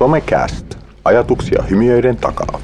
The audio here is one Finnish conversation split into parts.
Somecast. Ajatuksia hymiöiden takaa.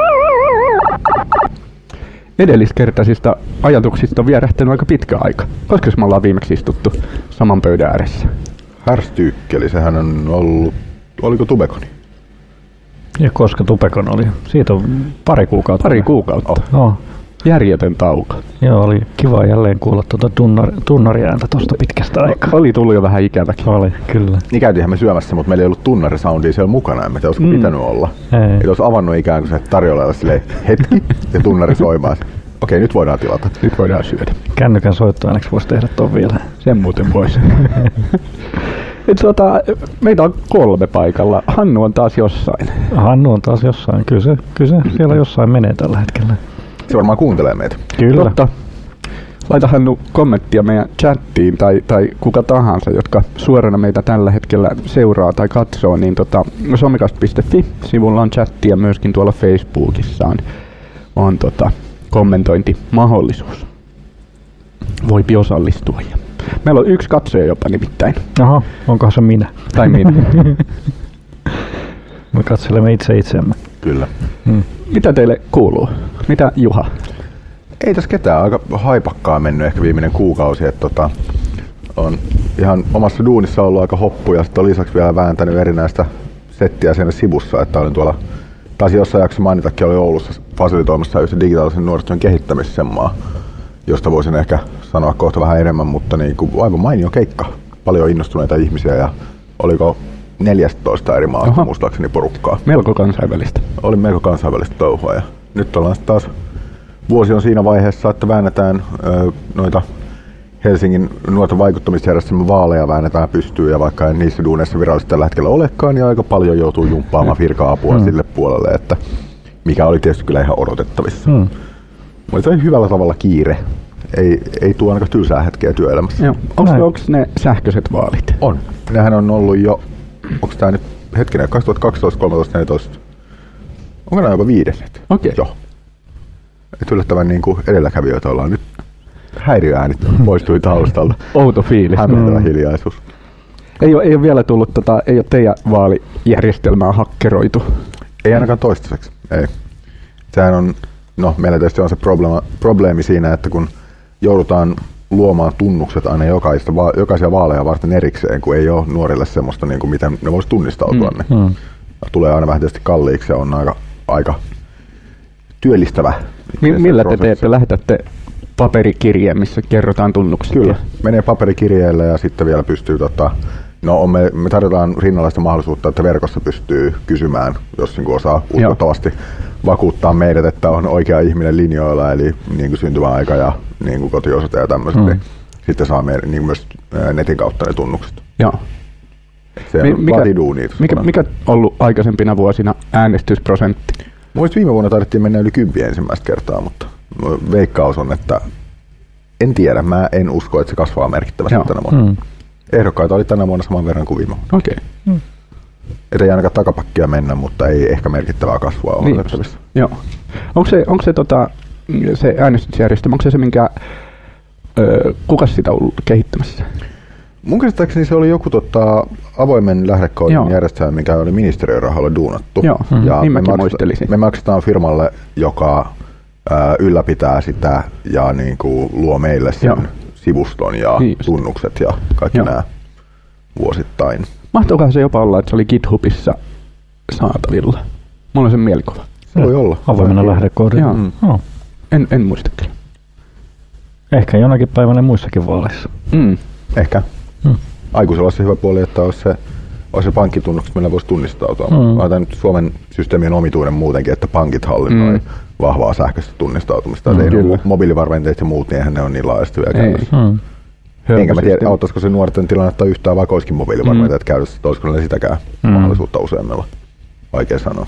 Edelliskertaisista ajatuksista on vierähtänyt aika pitkä aika. Koska me ollaan viimeksi istuttu saman pöydän ääressä? Härstyykkeli, sehän on ollut, oliko Tubekoni? Ja koska Tupekon oli? Siitä on pari kuukautta. Pari kuukautta. Oh. Järjetön tauko. Joo, oli kiva jälleen kuulla tuota tunnariääntä tuosta pitkästä aikaa. Oli tullut jo vähän ikäväkin. Oli, kyllä. Niin käytiinhän me syömässä, mutta meillä ei ollut tunnarisoundia siellä mukana. En tiedä, olisiko pitänyt olla. Ei olisi avannut ikään kuin se tarjolla silleen hetki ja tunnari soimaan. Okei, nyt voidaan tilata. Nyt voidaan syödä. Kännykän soittoääneksi voisi tehdä ton vielä. Sen muuten voisi. Meitä on 3 paikalla. Hannu on taas jossain. Hannu on taas jossain. Kyllä se siellä jossain menee tällä hetkellä. Se varmaan kuuntelee meitä. Kyllä. Totta. Laita Hannu kommenttia meidän chattiin tai kuka tahansa, jotka suorana meitä tällä hetkellä seuraa tai katsoo, niin somecast.fi-sivulla on chatti ja myöskin tuolla Facebookissa on kommentointimahdollisuus. Voipi osallistua. Meillä on 1 katsoja jopa nimittäin. Aha, onkohan se minä? Tai minä. Me katselemme itseämme. Kyllä. Mitä teille kuuluu? Mitä Juha? Ei tässä ketään aika haipakkaa mennyt ehkä viimeinen kuukausi, että on ihan omassa duunissa ollut aika hoppu ja sitten on lisäksi vielä vääntänyt erinäistä settiä siinä sivussa, että olin tuolla, taisi jossain jaksossa mainitakin, oli Oulussa fasilitoimassa yhdessä digitaalisen nuorisotyön kehittämissemmaa, josta voisin ehkä sanoa kohta vähän enemmän, mutta niin kuin aivan mainio keikka, paljon innostuneita ihmisiä ja oliko 14 eri maasta muistaakseni porukkaa. Melko kansainvälistä. Oli melko kansainvälistä touhua ja nyt ollaan taas vuosi on siinä vaiheessa, että väännetään noita Helsingin nuorten vaikuttamisjärjestelmän vaaleja väännetään pystyyn ja vaikka en niissä duuneissa virallisesti tällä hetkellä olekaan, niin aika paljon joutuu jumppaamaan virka-apua sille puolelle, että mikä oli tietysti kyllä ihan odotettavissa. Mutta se oli hyvällä tavalla kiire. Ei tuo ainakaan tylsää hetkeä työelämässä. Onko ne sähköiset vaalit? On. Nehän on ollut jo, onko tämä nyt hetkinen, 2012, 13, 14, onko nämä jopa 5? Okei. Joo. Et yllättävän niin kuin edelläkävijöitä ollaan nyt. Häiriöäänit poistui taustalta. Outo fiilis. Hämmentävä hiljaisuus. Ei ole vielä tullut, ei ole teidän vaalijärjestelmää hakkeroitu. Ei ainakaan toistaiseksi. Ei. Sehän on, meillä tietysti on se probleemi siinä, että kun joudutaan luomaan tunnukset aina jokaisia vaaleja varten erikseen, kun ei ole nuorille semmoista, niin kuin miten ne voisi tunnistautua. Tulee aina vähän tietysti kalliiksi ja on aika työllistävä. Millä te teette? Lähetätte paperikirjeen, missä kerrotaan tunnukset? Kyllä, menee paperikirjeelle ja sitten vielä pystyy, me tarjotaan rinnalaista mahdollisuutta, että verkossa pystyy kysymään, jos osaa uskottavasti vakuuttaa meidät, että on oikea ihminen linjoilla, eli niin kuin syntymäaika ja niin kuin kotiosoite ja tämmöiset, niin sitten saa niin myös netin kautta ne tunnukset. Joo. Se vaatii duunia. Mikä on ollut aikaisempina vuosina äänestysprosentti? Mielestäni viime vuonna taidettiin mennä yli 10 ensimmäistä kertaa, mutta veikkaus on, että en tiedä, mä en usko, että se kasvaa merkittävästi tänä vuonna. Ehdokkaita oli tänä vuonna saman verran kuin viime vuonna. Okei. Et ei ainakaan takapakkia mennä, mutta ei ehkä merkittävää kasvua ole odotettavissa. Joo. Onko se äänestysjärjestelmä, onko se minkä, kuka sitä on ollut kehittämässä? Mun käsittääkseni se oli joku avoimen lähdekoodin järjestelmä, mikä oli ministeriön rahalla duunattu. Joo, ja niin mäkin muistelisin. Me maksetaan firmalle, joka ylläpitää sitä ja niin kuin luo meille sen sivuston ja tunnukset ja kaikki nämä vuosittain. Mahtoikohan se jopa olla, että se oli GitHubissa saatavilla? Mulla on sen mielikuva. Se voi olla. Avoimena lähdekoodilla. En muista kyllä. Ehkä jonakin päivänä muissakin vaaleissa. Ehkä. Aikuisella olisi se hyvä puoli, että olisi se pankkitunnukset, millä voisi tunnistautua. Mä nyt Suomen systeemin omituinen muutenkin, että pankit hallinnoi vahvaa sähköistä tunnistautumista. Mobiilivarmenteet ja muut, niin eihän ne ole niin laajasti vielä käytössä. Enkä mä tiedä, auttaisiko se nuorten tilannetta yhtään, vaikka olisikin mobiilivarmenteet käytössä, että olisiko ne sitäkään mahdollisuutta useimmilla. Vaikea sanoa.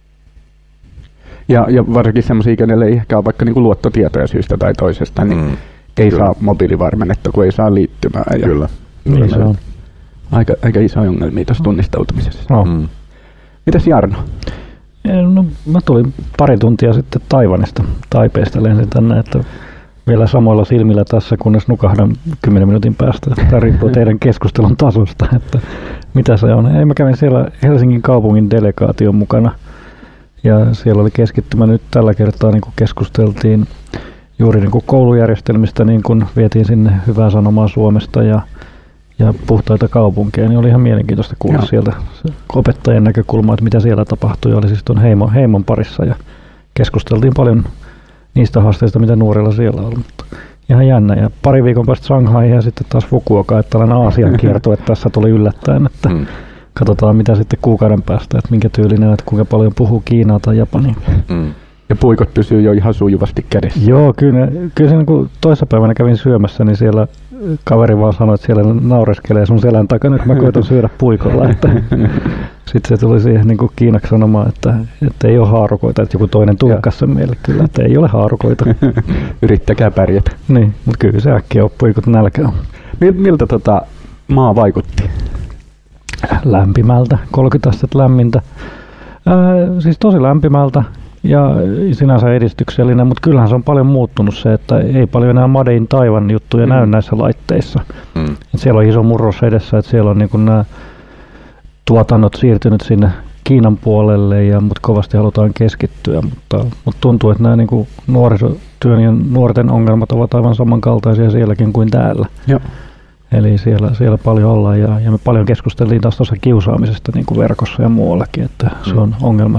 Ja varsinkin semmoisia, kenelle ei ehkä ole vaikka niinku luottotietoja syystä tai toisesta, niin ei saa mobiilivarmennetta, kun ei saa liittymää. Kyllä. Niin se on. Aika iso ongelmia tuossa tunnistautumisessa. Mitäs Jarno? No, mä tulin pari tuntia sitten Taiwanista, Taipeesta lensin tänne, että vielä samoilla silmillä tässä, kunnes nukahdan 10 minuutin päästä. Tämä riippuu teidän keskustelun tasosta, että Mitä se on? Ei, mä kävin siellä Helsingin kaupungin delegaation mukana ja siellä oli keskittymä nyt tällä kertaa, niin kuin keskusteltiin juuri niin kuin koulujärjestelmistä, niin kuin vietiin sinne hyvää sanomaa Suomesta ja puhtaita kaupunkeja, niin oli ihan mielenkiintoista kuulla sieltä opettajien näkökulmaa, että mitä siellä tapahtui. Oli siis tuon heimon parissa ja keskusteltiin paljon niistä haasteista, mitä nuorilla siellä oli. Mutta ihan jännä. Ja pari viikon päästä Shanghai ja sitten taas Fukuoka, että tällainen Aasian kiertue tässä tuli yllättäen, että katsotaan mitä sitten kuukauden päästä, että minkä tyylinen, että kuinka paljon puhuu Kiinaa tai Japania. Ja puikot pysyy jo ihan sujuvasti kädessä. Joo, kyllä se niin kuin toissapäivänä kävin syömässä, niin siellä kaveri vaan sanoi, että siellä naureskelee sun selän takana, että mä koitan syödä puikolla. Sitten se tuli siihen niin kuin kiinaksi sanomaan, että ei ole haarukoita, että joku toinen tulkkasi sen meille kyllä, että ei ole haarukoita. Yrittäkää pärjätä. Niin, mutta kyllä se äkkiä oppui, kun nälkä on. Miltä maa vaikutti? Lämpimältä, 30 astetta lämmintä. Siis tosi lämpimältä ja sinänsä edistyksellinen, mutta kyllähän se on paljon muuttunut se, että ei paljon enää Made in Taiwan juttuja näy näissä laitteissa. Et siellä on iso murros edessä, että siellä on niin nämä tuotannot siirtynyt sinne Kiinan puolelle, mutta kovasti halutaan keskittyä, mutta tuntuu, että nämä niin nuorisotyön ja nuorten ongelmat ovat aivan samankaltaisia sielläkin kuin täällä. Joo. Eli siellä paljon ollaan ja me paljon keskusteltiin taas tuossa kiusaamisesta niin kuin verkossa ja muuallakin, että se on ongelma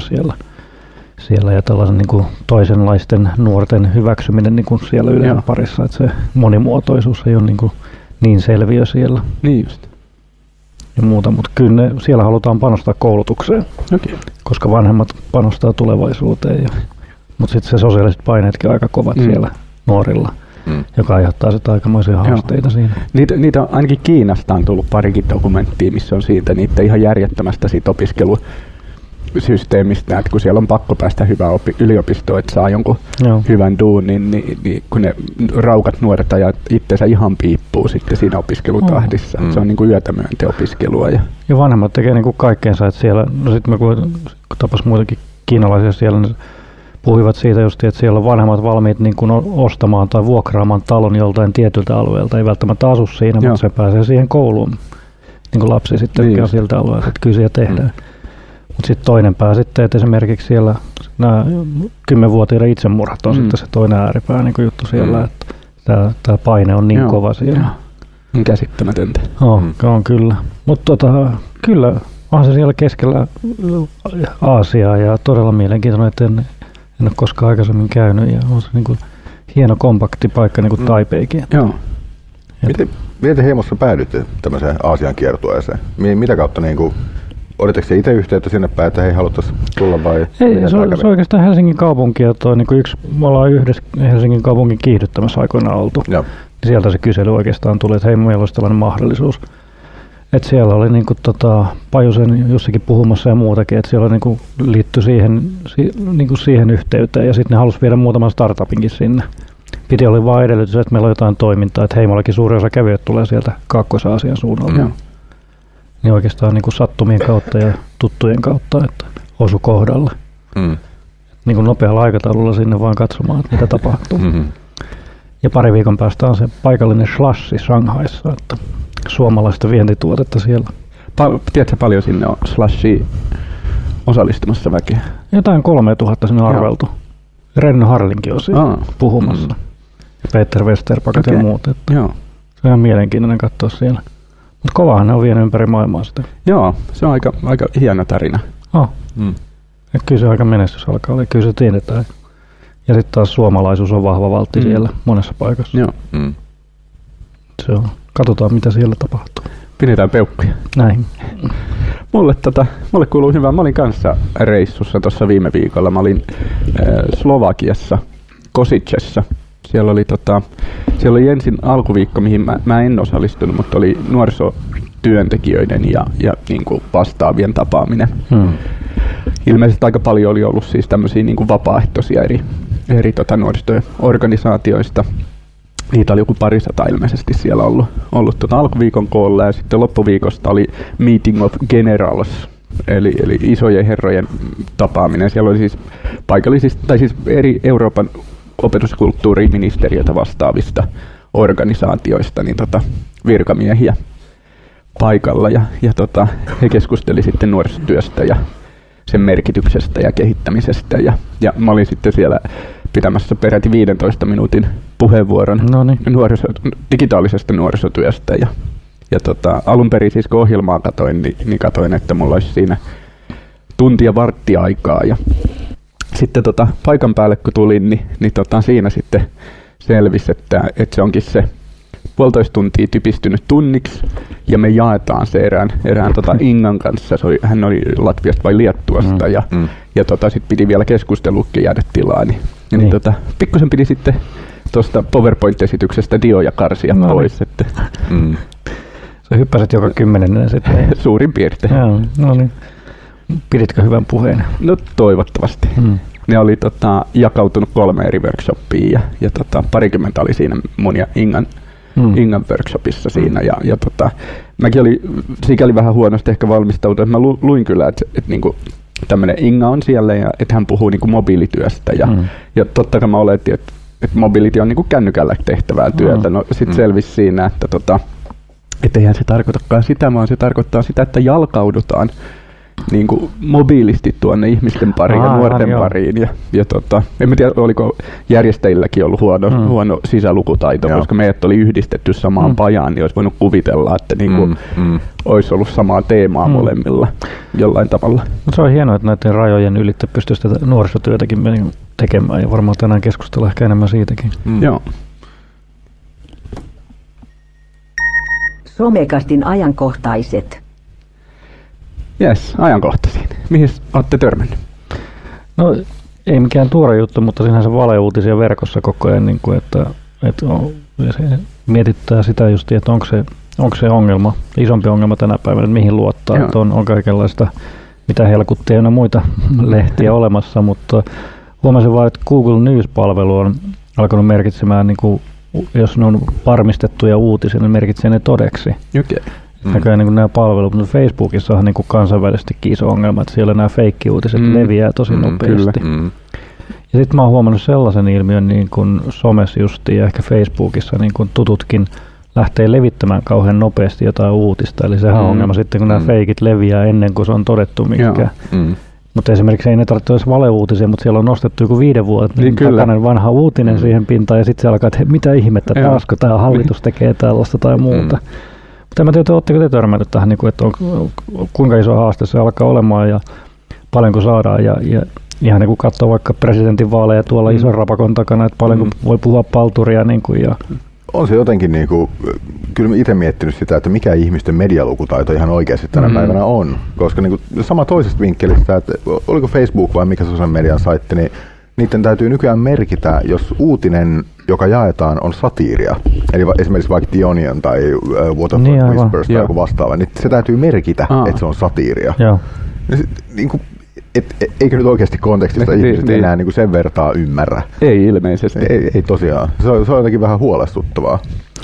siellä ja tällaisen niin kuin toisenlaisten nuorten hyväksyminen niin kuin siellä yleensä parissa, että se monimuotoisuus ei ole niin selviö siellä. Niin just. Ja muuta, mutta kyllä siellä halutaan panostaa koulutukseen, koska vanhemmat panostaa tulevaisuuteen. Mutta sitten se sosiaaliset paineetkin aika kovat siellä nuorilla, joka aiheuttaa sitten aikamoisia haasteita siinä. Niitä on, ainakin Kiinasta on tullut parikin dokumenttia, missä on siitä niitä ihan järjettömästä siitä opiskelusysteemistä, että kun siellä on pakko päästä hyvään yliopistoon, että saa jonkun hyvän duunin, niin kun ne raukat nuoret ajat itsensä ihan piippuu sitten siinä opiskelutahdissa. Se on niin kuin yötämyönten opiskelua. Ja vanhemmat tekee niin kuin kaikkeensa, että siellä, no sitten me kun tapas muitakin kiinalaisia siellä, niin puhuivat siitä just, että siellä on vanhemmat valmiit niin kuin ostamaan tai vuokraamaan talon joltain tietyltä alueelta. Ei välttämättä asu siinä, mutta se pääsee siihen kouluun, niin kuin lapsi sitten käy siltä alueelta, että kyllä siellä tehdään. Mutta sitten toinen pää sitten, että esimerkiksi siellä nämä 10-vuotiaiden itsemurhat on sitten se toinen ääripää niin kuin juttu siellä, että tämä paine on niin kova siellä. On käsittämätöntä. On kyllä. Mutta kyllä on se siellä keskellä Aasiaa ja todella mielenkiintoinen, että en ole koskaan aikaisemmin käynyt ja on se niin kuin hieno kompakti paikka niin kuin Taipeikin. Joo. Miten te heimossa päädytte tämmöiseen Aasian kiertueeseen? Mitä kautta niin olitteko se itse yhteyttä sinne päin, että hei, haluttaisiin tulla vai? Ei, se on oikeastaan Helsingin kaupunki ja niin me ollaan yhdessä Helsingin kaupungin kiihdyttämässä aikoinaan oltu. Joo. Sieltä se kysely oikeastaan tuli, että hei, meillä olisi tällainen mahdollisuus. Että siellä oli niin kuin, Pajusen Jussikin puhumassa ja muutakin, että siellä niin liittyi siihen yhteyteen ja sitten ne halusi viedä muutaman startupinkin sinne. Piti oli vain edellytys, että meillä on jotain toimintaa, että Heimollakin suuri osa kävijöitä tulee sieltä Kaakkois-Aasian suunnalta. Niin oikeastaan niin kuin sattumien kautta ja tuttujen kautta, että osu kohdalle. Niin kuin nopealla aikataululla sinne vaan katsomaan, että mitä tapahtuu. Ja pari viikon päästä on se paikallinen slashi Shanghaissa, että suomalaista vientituotetta siellä. Tiedätkö paljon sinne on slashia osallistumassa väkeä? Jotain 3000 sinne arveltu. Renny Harlinkin on siellä puhumassa. Ja Peter Westerpakat ja muut. Että se on ihan mielenkiintoinen katsoa siellä. Mutta kovahan ne on vienyt ympäri maailmaa sitä. Joo, se on aika hieno tarina. Kyllä se aika menestys alkaa olla. Kyllä se tiedetään. Ja sitten taas suomalaisuus on vahva valtti siellä monessa paikassa. Joo. Se on. Katsotaan mitä siellä tapahtuu. Pidetään peukkuja. Näin. Mulle kuuluu hyvää. Mä olin kanssa reissussa tuossa viime viikolla. Mä olin Slovakiassa, Kosicessa. Siellä oli ensin alkuviikko, mihin mä en osallistunut, mutta oli nuorisotyöntekijöiden ja niin kuin vastaavien tapaaminen. Ilmeisesti aika paljon oli ollut siis tämmöisiä niin kuin vapaaehtoisia eri nuorisotyöorganisaatioista. Niitä oli joku 200 ilmeisesti siellä ollut alkuviikon koolla ja sitten loppuviikosta oli Meeting of Generals, eli isojen herrojen tapaaminen. Siellä oli siis paikallisista, tai siis eri Euroopan opetus- ja kulttuuriministeriötä vastaavista organisaatioista niin virkamiehiä paikalla ja he keskusteli sitten nuorisotyöstä ja sen merkityksestä ja kehittämisestä ja mä olin sitten siellä pitämässä peräti 15 minuutin puheenvuoron digitaalisesta nuorisotyöstä ja alun perin siis kun ohjelmaa katoin, niin katoin, että mulla olisi siinä tuntia varttia aikaa ja sitten paikan päälle kun tulin, niin siinä sitten selvisi, että se onkin se 1,5 tuntia typistynyt tunniksi ja me jaetaan se erään Ingan kanssa. Hän oli Latviasta vai Liettuasta ja sitten piti vielä keskustelukin jäädä tilaa. Niin. Pikkusen piti sitten tuosta PowerPoint-esityksestä dioja karsia pois. Että. Sä hyppäsit joka 10 sitten. Suurin piirtein. Joo, no niin. Piditkö hyvän puheen? No toivottavasti. Ne oli jakautunut 3 eri workshoppia ja 20 oli siinä mun ja Ingan workshopissa siinä ja mäkin oli sikäli vähän huonosti ehkä valmistautunut, että mä luin kyllä, että niinku tämmönen Inga on siellä ja että hän puhuu niinku mobiilityöstä ja totta kai mä oletin, että mobility on niinku kännykällä tehtävää työtä. No sit selvisi siinä, että eihän se tarkoitakaan sitä, vaan se tarkoittaa sitä, että jalkaudutaan niin kuin mobiilisti tuonne ihmisten pariin ja nuorten pariin. Ja en tiedä, oliko järjestäjilläkin ollut huono sisälukutaito, koska meidät oli yhdistetty samaan pajaan, niin olisi voinut kuvitella, että niin kuin olisi ollut samaa teemaa molemmilla jollain tavalla. No, se on hienoa, että näiden rajojen ylittä pystyisi tätä nuorisotyötäkin tekemään ja varmaan tänään keskustella ehkä enemmän siitäkin. Joo. Somekastin ajankohtaiset. Jes, ajankohtaisiin. Mihin olette törmännyt? No ei mikään tuore juttu, mutta sinänsä valeuutisia verkossa koko ajan, niin kuin, että se mietittää sitä just, että onko se ongelma, isompi ongelma tänä päivänä, että mihin luottaa, että on kaikenlaista, mitä helkuttia ja muita lehtiä olemassa, mutta huomasin vaan, että Google News-palvelu on alkanut merkitsemään, niin kuin, jos ne on varmistettuja uutisia, niin merkitsee ne todeksi. Okay. Näköjään niin nämä palvelut, mutta Facebookissa on niin kansainvälisestikin iso ongelma, että siellä nämä feikki-uutiset leviää tosi nopeasti. Ja sitten mä oon huomannut sellaisen ilmiön niin kuin somessa justiin ja ehkä Facebookissa niin kuin tututkin lähtee levittämään kauhean nopeasti jotain uutista. Eli sehän on ongelma sitten, kun nämä feikit leviää ennen kuin se on todettu mikään. Mutta esimerkiksi ei ne tarvitse edes valeuutisia, mutta siellä on nostettu joku 5 vuoden takainen vanha uutinen siihen pintaan ja sitten se alkaa, että mitä ihmettä taasko tämä hallitus tekee tällaista tai muuta. Mutta en mä tiedä, oletteko te törmännyt tähän, että kuinka iso haaste se alkaa olemaan ja paljonko saadaan ja ihan niin kuin katsoo vaikka presidentinvaaleja tuolla ison rapakon takana, että paljonko voi puhua palturia. Niin kuin, ja on se jotenkin, niin kuin, kyllä mä itse miettinyt sitä, että mikä ihmisten medialukutaito ihan oikeasti tänä päivänä on. Koska niin kuin, sama toisesta vinkkelistä, että oliko Facebook vai mikä sosiaalisen median saitti, niin niiden täytyy nykyään merkitä, jos uutinen, joka jaetaan, on satiiria. Eli esimerkiksi vaikka The Onion tai Waterford Whispers tai joku vastaava, niin se täytyy merkitä, että se on satiiria. Niin kuin, eikö nyt oikeasti kontekstista ihmiset enää niin kuin sen vertaa ymmärrä? Ei ilmeisesti. Ei tosiaan. Se on jotenkin vähän huolestuttavaa.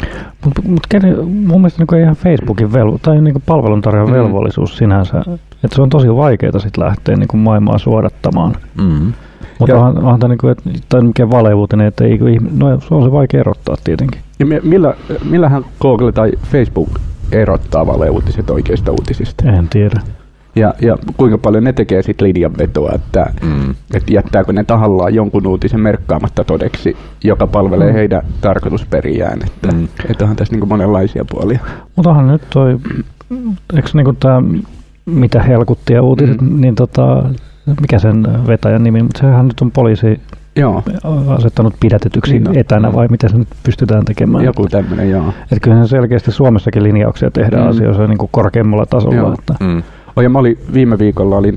Mutta mun mielestä niin ihan Facebookin tai niin palveluntarjoajan velvollisuus sinänsä, että se on tosi vaikeaa sit lähteä niin maailmaa suodattamaan. Mutta onhan tämä niin mikään valeuutinen, että se on se vaikea erottaa tietenkin. Ja millähän Google tai Facebook erottaa valeuutiset oikeista uutisista? En tiedä. Ja kuinka paljon ne tekee sitten linjanvetoa, että jättääkö ne tahallaan jonkun uutisen merkkaamatta todeksi, joka palvelee heidän tarkoitusperiään. Että onhan tässä niinku monenlaisia puolia. Mutta onhan nyt eikö niinku tämä, mitä helkuttia uutiset, niin mikä sen vetäjän nimi, mutta sehän nyt on poliisi asettanut pidätetyksi etänä vai miten se nyt pystytään tekemään. Joku tämmöinen, joo. Että kyllähän selkeästi Suomessakin linjauksia tehdään asioissa niin kuin korkeammalla tasolla. Ja mä viime viikolla olin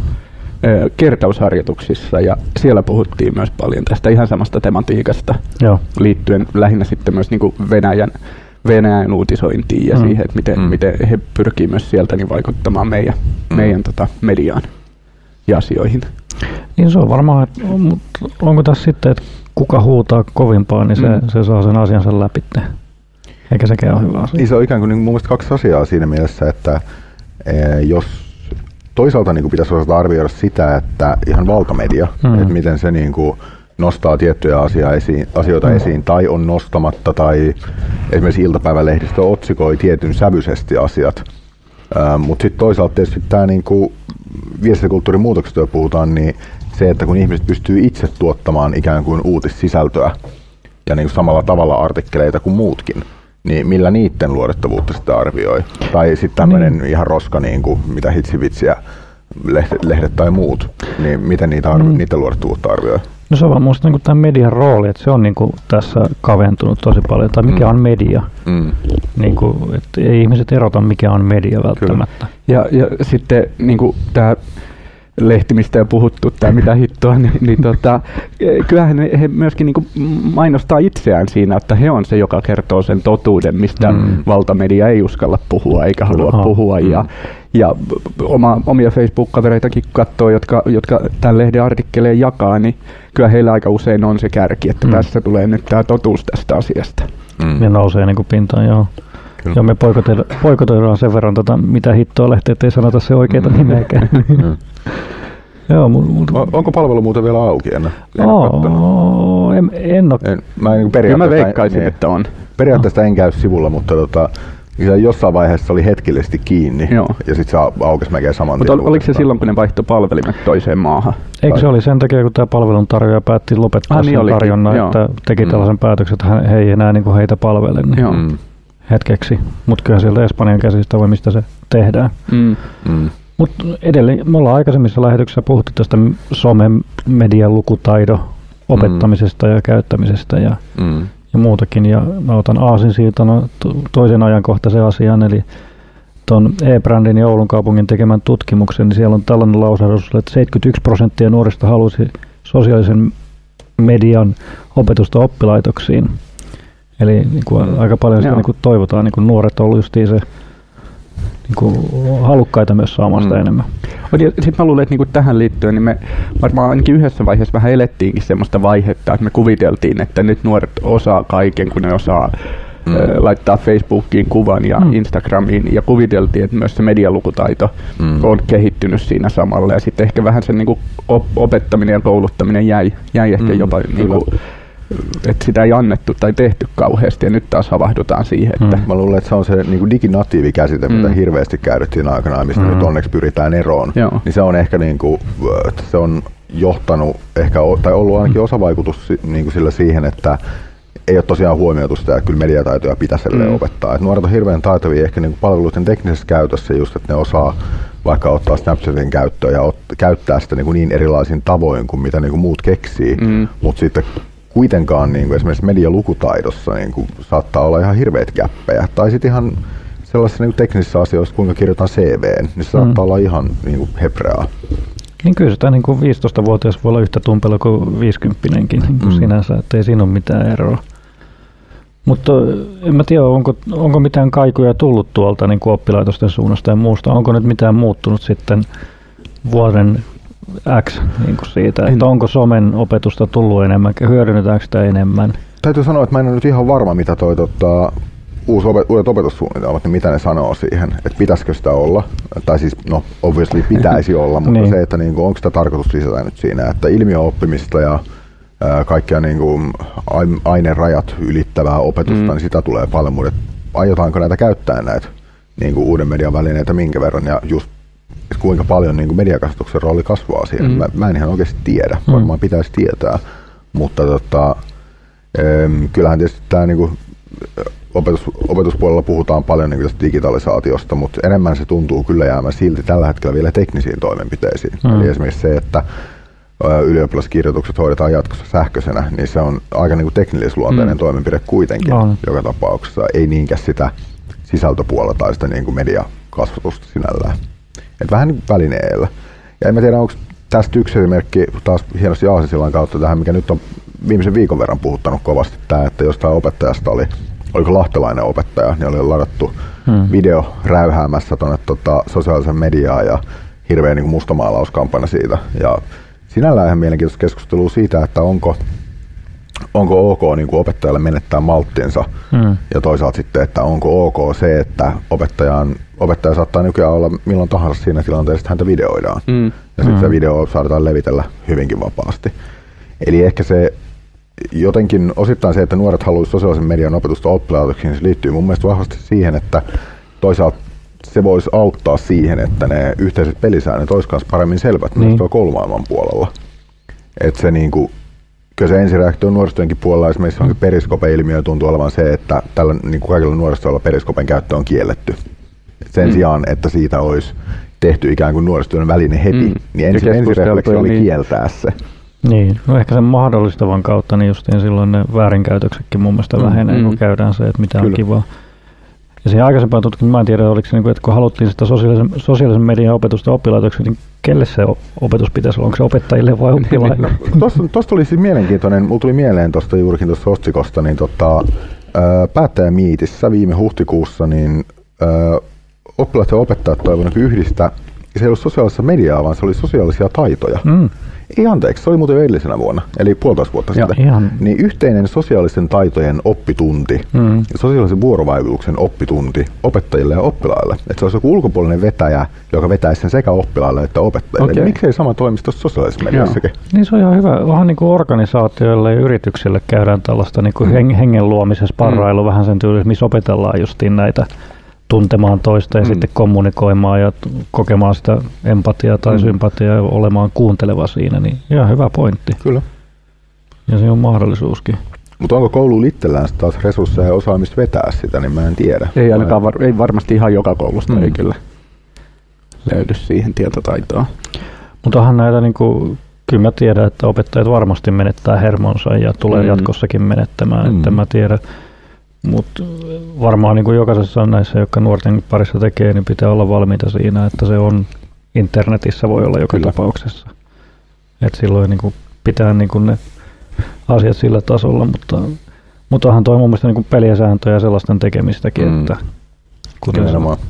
kertausharjoituksissa ja siellä puhuttiin myös paljon tästä ihan samasta tematiikasta liittyen lähinnä sitten myös niin kuin Venäjän uutisointiin ja siihen, että miten he pyrkii myös sieltä niin vaikuttamaan meidän mediaan ja asioihin. Niin se on varmaan, onko tässä sitten, että kuka huutaa kovimpaa, niin se saa sen asiansa läpi. Eikä sekään ole hyvä asia. Niin se on ikään kuin mun mielestä 2 asiaa siinä mielessä, että jos toisaalta niin kuin pitäisi osata arvioida sitä, että ihan valtamedia, että miten se niin kuin nostaa tiettyjä asioita esiin tai on nostamatta, tai esimerkiksi iltapäivälehdistö otsikoi tietyn sävyisesti asiat. Mutta sitten toisaalta tietysti tämä niinku viestintäkulttuurin muutoksesta, jo puhutaan, niin se, että kun ihmiset pystyy itse tuottamaan ikään kuin uutissisältöä ja niinku samalla tavalla artikkeleita kuin muutkin, niin millä niiden luotettavuutta sitä arvioi? Tai sitten tämmöinen ihan roska, niinku, mitä hitsivitsiä, lehdet tai muut, niin miten niiden luotettavuutta arvioi? No se on vaan minusta niin tämä median rooli, että se on niin kuin tässä kaventunut tosi paljon, tai mikä on media. Niin kuin, että ei ihmiset erota, mikä on media välttämättä. Ja sitten niin kuin tämä lehti, mistä on puhuttu, tämä mitä hittoa, kyllähän he myöskin niin kuin mainostaa itseään siinä, että he on se, joka kertoo sen totuuden, mistä valtamedia ei uskalla puhua eikä halua puhua. Ja omia Facebook-kavereitakin katsoo, jotka tämän lehden artikkeleja jakaa, niin kyllä heillä aika usein on se kärki, että tässä tulee nyt tämä totuus tästä asiasta. Ja nousee niin kuin pintaan, joo. Joo, me poikotoidaan sen verran, mitä hittoa lehteä, ettei sanota se oikeita nimeäkään. Joo, onko palvelu muuten vielä auki? En ole. Mä veikkaisin, että on. Periaatteessa en käy sivulla, mutta jossain vaiheessa oli hetkellisesti kiinni. Joo. Ja sitten se aukesi melkein saman tien. Mutta oliko se silloin, kun ne vaihtoi palvelimet toiseen maahan? Eikö se oli sen takia, kun tämä palveluntarjoaja päätti lopettaa sen tarjonnan, että teki tällaisen päätöksen, että he ei enää niin kuin heitä palvele hetkeksi. Mutta kyllä sieltä Espanjan käsistä vai mistä se tehdään. Mutta edelleen, me ollaan aikaisemmissa lähetyksissä puhuttu tästä somemedian lukutaidon opettamisesta ja käyttämisestä ja muutakin. Ja mä otan aasinsiltana toisen ajankohtaisen asian, eli tuon E-Brandin ja Oulun kaupungin tekemän tutkimuksen, niin siellä on tällainen lausahdus, että 71% nuorista halusi sosiaalisen median opetusta oppilaitoksiin. Eli niin kuin aika paljon sitä niin kuin toivotaan, niin kuin nuoret on ollut justiin se niin halukkaita myös saamaan sitä enemmän. Sitten mä luulen, että niin tähän liittyen, niin me varmaan ainakin yhdessä vaiheessa vähän elettiinkin semmoista vaihetta, että me kuviteltiin, että nyt nuoret osaa kaiken, kun ne osaa laittaa Facebookiin kuvan ja Instagramiin, ja kuviteltiin, että myös se medialukutaito on kehittynyt siinä samalla, ja sitten ehkä vähän se niin opettaminen ja kouluttaminen jäi ehkä jopa että sitä ei annettu tai tehty kauheasti, ja nyt taas havahdutaan siihen. Että mä luulen, että se on se niin diginatiivikäsite, mitä hirveästi käytettiin aikanaan, mistä nyt onneksi pyritään eroon. Niin se on ehkä se on johtanut ehkä, tai ollut ainakin osavaikutus niin sillä siihen, että ei ole tosiaan huomioitu sitä, että kyllä mediataitoja pitäisi opettaa. Et nuoret on hirveän taitavia ehkä niin palveluiden teknisessä käytössä just, että ne osaa vaikka ottaa Snapchatin käyttöön ja käyttää sitä niin erilaisin tavoin kuin mitä niin muut keksii, mutta sitten kuitenkaan niin kuin esimerkiksi medialukutaidossa niin kuin saattaa olla ihan hirveät käppejä. Tai sitten ihan sellaisissa niin teknisissä asioissa, kuinka kirjoitan CV:n, niin se saattaa olla ihan niin kuin hepreaa. Niin kyllä sitä niin kuin 15-vuotias voi olla yhtä tumpelo kuin 50-nenkin niin sinänsä, että ei siinä ole mitään eroa. Mutta en mä tiedä, onko mitään kaikuja tullut tuolta niin kuin oppilaitosten suunnasta ja muusta. Onko nyt mitään muuttunut sitten vuoden X niin kuin siitä, että onko somen opetusta tullut enemmän, hyödynnetäänkö sitä enemmän? Täytyy sanoa, että mä en ole nyt ihan varma, mitä uudet opetussuunnitelmat, niin mitä ne sanoo siihen, että pitäisikö sitä olla, tai siis obviously pitäisi olla, mutta se, että niin kuin, onko sitä tarkoitus lisätä nyt siinä, että ilmiöoppimista ja kaikkia niin kuin ainerajat ylittävää opetusta, niin sitä tulee paljon, mutta aiotaanko näitä käyttää näitä niin kuin uuden median välineitä minkä verran, ja just kuinka paljon niin kuin mediakasvatuksen rooli kasvaa siinä. Mä en ihan oikeasti tiedä, varmaan pitäisi tietää, mutta kyllähän tietysti tämä niin kuin opetuspuolella puhutaan paljon niin kuin tästä digitalisaatiosta, mutta enemmän se tuntuu kyllä jäämään silti tällä hetkellä vielä teknisiin toimenpiteisiin. Eli esimerkiksi se, että ylioppilaskirjoitukset hoidetaan jatkossa sähköisenä, niin se on aika niin kuin teknillisluonteinen toimenpide kuitenkin joka tapauksessa, ei niinkään sitä sisältöpuolella tai sitä niin kuin mediakasvatusta sinällään. Et vähän niin välineellä. Ja en mä tiedä, onko tästä yksi esimerkki taas hienosti aasinsillan kautta tähän, mikä nyt on viimeisen viikon verran puhuttanut kovasti, tämä, että jostain opettajasta oliko lahtelainen opettaja, niin oli ladattu video räyhäämässä tuonne sosiaalisen mediaan ja hirveä niin mustamaalauskampanja siitä. Ja sinällään ihan mielenkiintoista keskustelua siitä, että onko ok niin kuin opettajalle menettää malttinsa ja toisaalta sitten, että onko ok se, että opettaja saattaa nykyään olla milloin tahansa siinä tilanteessa, että häntä videoidaan. Ja sitten se video saadaan levitellä hyvinkin vapaasti. Eli ehkä se jotenkin osittain se, että nuoret haluaisivat sosiaalisen median opetusta oppilaitoksiin, se liittyy mun mielestä vahvasti siihen, että toisaalta se voisi auttaa siihen, että ne yhteiset pelisäännöt olisi myös paremmin selvät myös tuolla koulumaailman puolella. Että se niinku, kyllä se ensireaktio nuorisotyönkin puolella esimerkiksi onkin periskope-ilmiö tuntuu olevan se, että tällä niinku kaikilla nuorisotyöllä periskopen käyttö on kielletty. Sen sijaan, että siitä olisi tehty ikään kuin nuorisotyön väline heti, niin ensirefleksi oli kieltää se. Niin, no ehkä sen mahdollistavan kautta, niin justiin silloin ne väärinkäytöksetkin mun mielestä vähenee, kun käydään se, että mitä on kivaa. Ja siihen aikaisempaan tutkimukseen, mä en tiedä, oliko se, että kun haluttiin sitä sosiaalisen median opetusta oppilaitoksessa, niin kelle se opetus pitäisi olla? Onko se opettajille vai oppilaille? Tuosta oli siis mielenkiintoinen, mulla tuli mieleen tuosta juurikin tuossa otsikosta, niin päättäjämiitissä viime huhtikuussa, niin oppilaat ja opettajat toivoivat yhdistää, se ei ollut sosiaalista mediaa, vaan se oli sosiaalisia taitoja. Ei anteeksi, se oli muuten edellisenä vuonna, eli 1,5 vuotta sitten. Niin yhteinen sosiaalisten taitojen oppitunti, sosiaalisen vuorovaikutuksen oppitunti opettajille ja oppilaille. Että se olisi joku ulkopuolinen vetäjä, joka vetäisi sen sekä oppilaille että opettajille. Niin miksei sama toimisi tuossa sosiaalisessa mediassakin? Niin se on ihan hyvä. Vähän niin kuin organisaatioille ja yrityksille käydään tällaista niin kuin hengen luomisessa parrailu, vähän sen tyylissä, missä opetellaan justiin näitä tuntemaan toista ja sitten kommunikoimaan ja kokemaan sitä empatiaa tai sympatiaa ja olemaan kuunteleva siinä, niin ihan hyvä pointti. Kyllä. Ja se on mahdollisuuskin. Mutta onko koululla itsellään taas resursseja ja osaamista vetää sitä, niin mä en tiedä. Ei ainakaan, ei varmasti ihan joka koulusta ei kyllä löydy siihen tietotaitoa. Mutta onhan näitä, kyllä mä tiedän, että opettajat varmasti menettää hermonsa ja tulee jatkossakin menettämään, että mä tiedän. Mutta varmaan niin kuin jokaisessa näissä, jotka nuorten parissa tekee, niin pitää olla valmiita siinä, että se on internetissä voi olla joka tapauksessa. Et silloin niin kuin pitää niin kuin ne asiat sillä tasolla, mutta onhan toi mun mielestä niin kuin pelisääntöjä ja sellaisten tekemistäkin, että kuten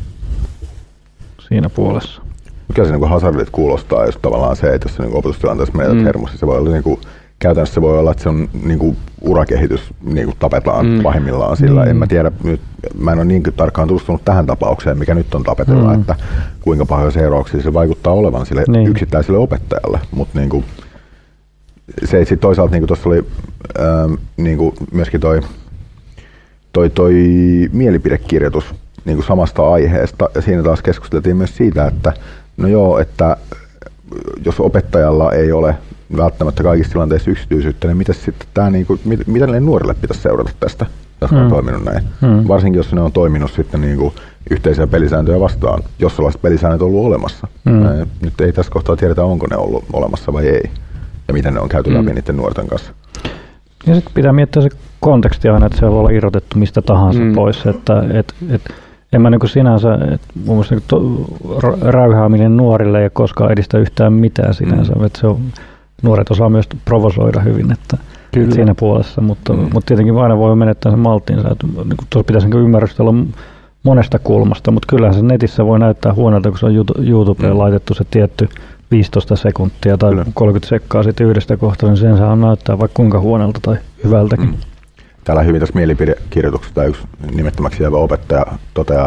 siinä puolessa. Mikä se niin kuin hazardit kuulostaa, jos tavallaan se, että jos niin opetustilanteessa menetät hermossa, se voi olla niin kuin käytännössä voi olla, että se on niinku urakehitys niinku tapetaan pahimmillaan sillä. En mä tiedä, mä en ole niin tarkkaan tutustunut tähän tapaukseen, mikä nyt on tapetella, että kuinka pahoja seurauksia se vaikuttaa olevan sille yksittäiselle opettajalle. Mutta niinku, se sitten toisaalta niinku tuossa oli niinku myöskin toi mielipidekirjoitus niinku samasta aiheesta, ja siinä taas keskusteltiin myös siitä, että no joo, että jos opettajalla ei ole välttämättä kaikissa tilanteissa yksityisyyttä, niin mitä ne nuorille pitäisi seurata tästä, jotka on toiminut näin? Varsinkin, jos ne on toiminut sitten yhteisiä pelisääntöjä vastaan, jos sellaiset pelisäännöt on ollut olemassa. Nyt ei tässä kohtaa tiedetä, onko ne ollut olemassa vai ei, ja miten ne on käyty läpi niiden nuorten kanssa. Ja sitten pitää miettiä se konteksti aina, että se voi olla irrotettu mistä tahansa pois, että en mä sinänsä, että mun mielestä räyhääminen nuorille ei koskaan edistä yhtään mitään sinänsä, että se on, nuoret osaa myös provosoida hyvin, että siinä puolessa, mutta tietenkin aina voi menettää sen malttiinsa, että tuossa pitäisi ymmärrystä olla monesta kulmasta, mutta kyllähän se netissä voi näyttää huonolta, kun se on YouTubeen laitettu se tietty 15 sekuntia tai 30 sekkaa sitten yhdestä kohtaa, niin sen saa näyttää vaikka kuinka huonolta tai hyvältäkin. Täällä hyvin tässä mielipidekirjoituksessa yksi nimettömäksi jäävä opettaja toteaa,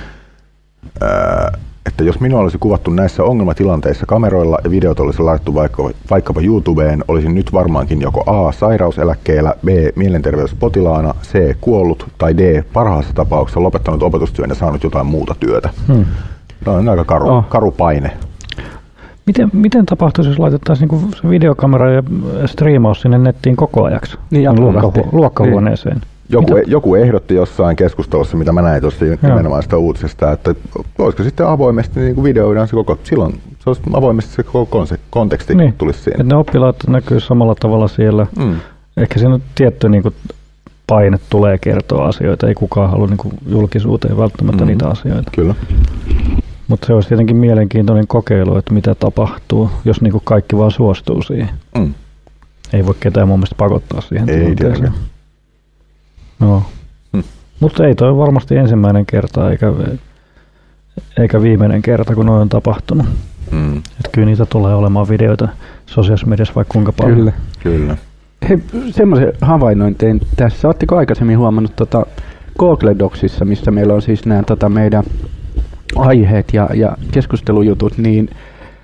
että jos minua olisi kuvattu näissä ongelmatilanteissa kameroilla ja videot olisi laitettu vaikkapa YouTubeen, olisin nyt varmaankin joko A. sairauseläkkeellä, B. mielenterveyspotilaana, C. kuollut tai D. parhaassa tapauksessa lopettanut opetustyön ja saanut jotain muuta työtä. No, on aika karu paine. Miten tapahtuisi, jos laitettaisiin se videokamera ja striimaus sinne nettiin koko ajaksi? Niin luokkahuoneeseen. Joku ehdotti jossain keskustelussa, mitä mä näin tuossa nimenomaan sitä uutisesta, että olisiko sitten avoimesti niin kuin videoidaan se koko, silloin se olisi avoimesti se koko konteksti tulisi siihen. Että ne oppilaat näkyy samalla tavalla siellä. Ehkä siinä tietty niin kuin paine tulee kertoa asioita, ei kukaan halua niin kuin julkisuuteen välttämättä niitä asioita. Kyllä. Mutta se olisi tietenkin mielenkiintoinen kokeilu, että mitä tapahtuu, jos niin kuin kaikki vaan suostuu siihen. Ei voi ketään mun mielestä pakottaa siihen tilanteeseen. No. Mutta ei toi varmasti ensimmäinen kerta eikä viimeinen kerta, kun noin on tapahtunut. Et kyllä niitä tulee olemaan videoita sosiaalisessa mediassa vaikka kuinka paljon. Kyllä. Hei, semmoisen havainnoin tein tässä. Oletteko aikaisemmin huomannut Google Docsissa, missä meillä on siis nämä meidän aiheet ja keskustelujutut, niin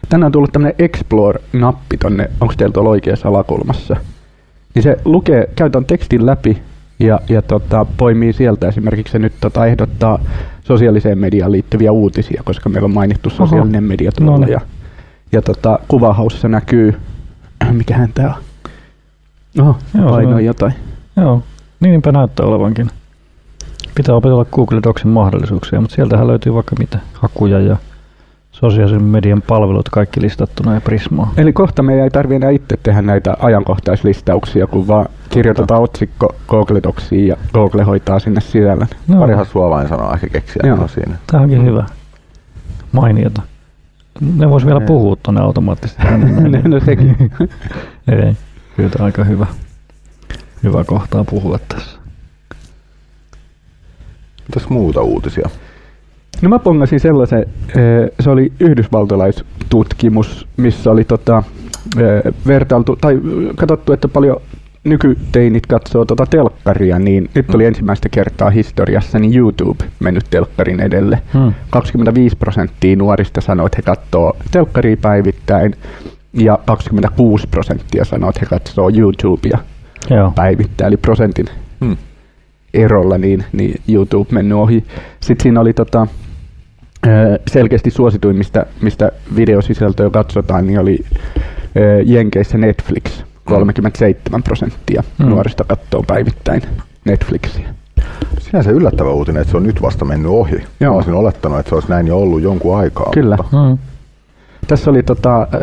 tänään on tullut tämmönen Explore-nappi tonne, onko teillä tuolla oikeassa alakulmassa? Niin se lukee, käytän tekstin läpi ja poimii sieltä esimerkiksi se nyt ehdottaa sosiaaliseen mediaan liittyviä uutisia, koska meillä on mainittu sosiaalinen media tuolla. Ja kuvahaussa näkyy, mikähän tää on? Oho, painoin jotain. Joo, niinpä näyttää olevankin. Pitää opetella Google Docsin mahdollisuuksia, mutta sieltähän löytyy vaikka mitä hakuja ja sosiaalisen median palvelut kaikki listattuna ja Prismaa. Eli kohta meidän ei tarvitse enää itse tehdä näitä ajankohtaislistauksia, kun vaan kirjoitetaan otsikko Google Docsiin ja Google hoitaa sinne sisällön. No. Parihan sua vain sanoa ehkä keksiä siinä. Tämä onkin hyvä. Mainiota. Ne vois vielä puhua tuonne automaattisesti. No sekin. Ei, kyllä tämä aika hyvä. Hyvä kohtaa puhua tässä. Mitäs muuta uutisia? No mä pongasin sellaisen, se oli yhdysvaltalaistutkimus, missä oli vertailtu, tai katsottu, että paljon nykyteinit katsoo telkkaria, niin nyt oli ensimmäistä kertaa historiassa niin YouTube mennyt telkkarin edelle. 25% nuorista sanoo, että he katsoo telkkaria päivittäin, ja 26% sanoo, että he katsoo YouTubea päivittäin, eli prosentin erolla niin YouTube mennyt ohi. Sitten siinä oli selkeästi suosituin, mistä videosisältöä katsotaan, niin oli Jenkeissä Netflix. 37% nuorista katsoo päivittäin Netflixiä. Sinänsä yllättävä uutinen, että se on nyt vasta mennyt ohi. Mä olisin olettanut, että se olisi näin jo ollut jonkun aikaa. Kyllä. Tässä oli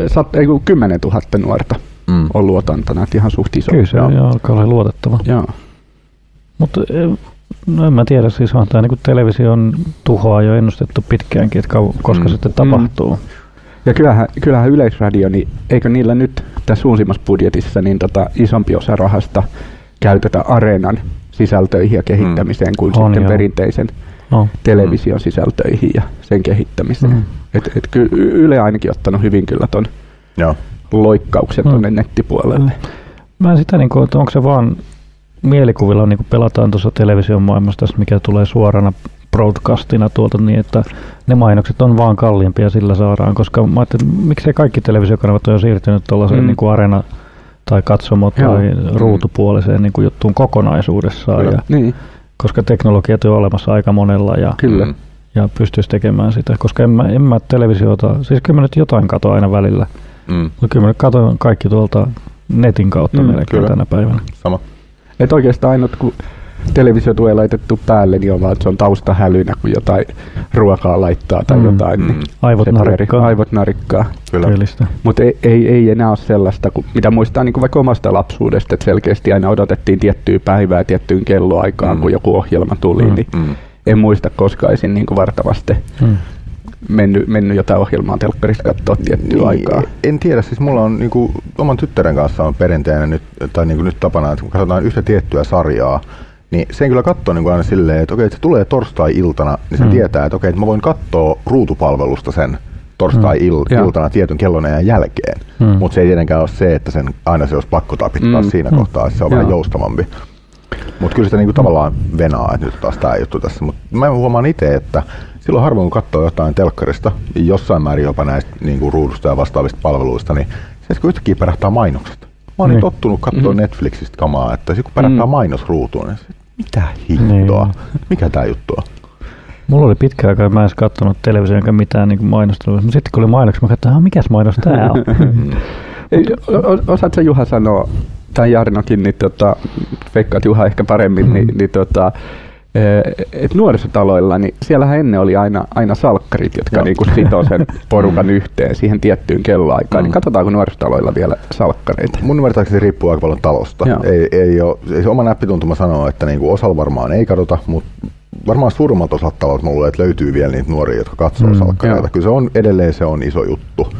10 000 nuorta ollut otantana, että ihan suht iso. Kyllä se alkaa olla luotettava. Mutta no en mä tiedä, siis on tämä niin television tuhoa jo ennustettu pitkäänkin, että koska sitten tapahtuu. Ja kyllähän Yleisradio, niin eikö niillä nyt tässä uusimmassa budjetissa niin isompi osa rahasta käytetä Areenan sisältöihin ja kehittämiseen kuin sitten perinteisen television sisältöihin ja sen kehittämiseen. Et Yle ainakin ottanut hyvin kyllä ton loikkauksen tuonne nettipuolelle. Mä sitä, että onko se vaan mielikuvilla niin pelataan tuossa television maailmassa tässä, mikä tulee suorana broadcastina tuolta niin, että ne mainokset on vaan kalliimpia ja sillä saadaan, koska mä ajattelin, miksei kaikki televisiokanavat on jo siirtynyt tuollaiseen niin kuin Areena tai katsomo tai ruutupuoliseen niin kuin juttuun kokonaisuudessaan. Koska teknologiat on olemassa aika monella ja pystyisi tekemään sitä, koska en mä televisiota, siis kyllä mä nyt jotain katon aina välillä, mutta kyllä mä nyt katon kaikki tuolta netin kautta melkein tänä päivänä. Sama. Et oikeastaan ainut, kun televisio tulee laitettu päälle, niin on vaan, että se on taustahälynä, kun jotain ruokaa laittaa tai jotain. Niin aivot narikkaa. Mutta ei enää ole sellaista, mitä muistaa niin kuin vaikka omasta lapsuudesta, että selkeästi aina odotettiin tiettyä päivää tiettyyn kelloaikaan, kun joku ohjelma tuli. Niin en muista koskaan esim. Niin vartavasti mennyt jotain ohjelmaa telkkarista katsoa tiettyä aikaa. En tiedä, siis mulla on niinku, oman tyttären kanssa on perinteinen nyt, tai niinku nyt tapana, että kun katsotaan yhtä tiettyä sarjaa, niin sen kyllä katsoo niinku aina silleen, että okei, että se tulee torstai-iltana, niin se tietää, että okei, että mä voin katsoa ruutupalvelusta sen torstai-iltana tietyn kellonajan jälkeen. Mutta se ei tietenkään ole se, että sen aina se olisi pakko tapittaa siinä kohtaa, että se on vähän joustavampi. Mutta kyllä sitä niinku tavallaan venaa, että nyt taas tää juttu tässä. Mutta mä huomaan itse, että silloin harvoin kun katsoo jotain telkkarista, jossain määrin jopa näistä niinku ruudusta ja vastaavista palveluista, niin se kun yhtäkkiä pärähtää mainokset. Mä oon tottunut katsoa Netflixistä kamaa, että kun pärähtää mainos ruutuun, niin mitä hittoa? Mikä tää juttu on? Mulla oli pitkä aikaa, mä en edes katsonut televisioon mitään niin mainosta. Mutta sitten kun oli mainoksia, mä katsoin, mikäs mainos tää on? Osaatko Juha sanoa, tai Jarnokin, niin veikkaat Juha ehkä paremmin, että nuorisotaloilla, niin siellähän ennen oli aina salkkarit, jotka niinku sitoo sen porukan yhteen siihen tiettyyn kelloaikaan. Niin katsotaanko nuorisotaloilla vielä salkkareita? Mun ymmärtääkseni riippuu aika paljon talosta. Ei se oma näppituntuma sanoo, että niinku osalla varmaan ei katsota, mutta varmaan suurimmalta osalta taloutta mä luulen, että löytyy vielä niitä nuoria, jotka katsoo salkkareita. Kyllä se on edelleen se on iso juttu.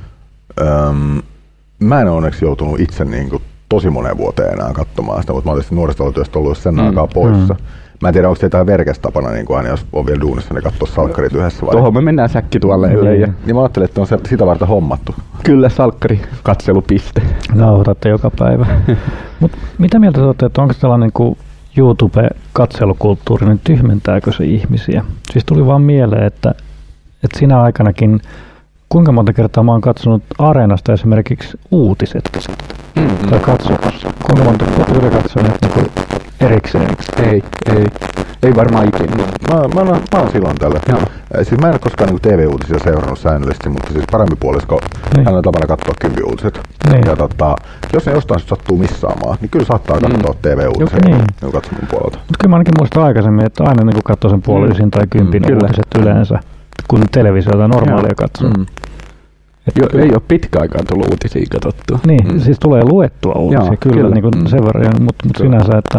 Mä en onneksi joutunut itse niinku tosi moneen vuoteen enää katsomaan sitä, mutta mä oon tietysti nuorisotalotyöstä ollut sen aikaa poissa. Mä en tiedä, onko se jotain verkestapana, niin aina jos on vielä duunissa, niin katsoo salkkarit yhdessä vai? Tuohon me mennään säkkituolelle. Niin mä ajattelin, että on sitä varten hommattu. Kyllä, salkkarikatselupiste. Nauhoitatte joka päivä. Mut mitä mieltä te olette, että onko tällainen niin YouTube-katselukulttuuri, niin tyhmentääkö se ihmisiä? Siis tuli vaan mieleen, että sinä aikanakin, kuinka monta kertaa mä oon katsonut Areenasta esimerkiksi uutiset tai katsomassa? Kuinka monta kertaa katsoneet niin erikseen? Ei varmaan ikinä. Mä oon silloin tällä. Siis mä en ole koskaan niin TV-uutisia seurannut säännöllisesti, mutta siis parempi puolisko hän on tapana katsoa Kympi-uutiset. Niin. Ja jos ne jostain sattuu missaamaan, niin kyllä saattaa katsoa TV-uutisia niin katsomun puolelta. Mutta kyllä mä ainakin muistan aikaisemmin, että aina niin katsoo sen puolisin tai kympin uutiset yleensä, kun televisiota normaalia katsoo. Ei ole pitkä aikaan tullut uutisia katsottua. Niin, siis tulee luettua uutisia kyllä. Niin kuin sen verran, mutta sinänsä, että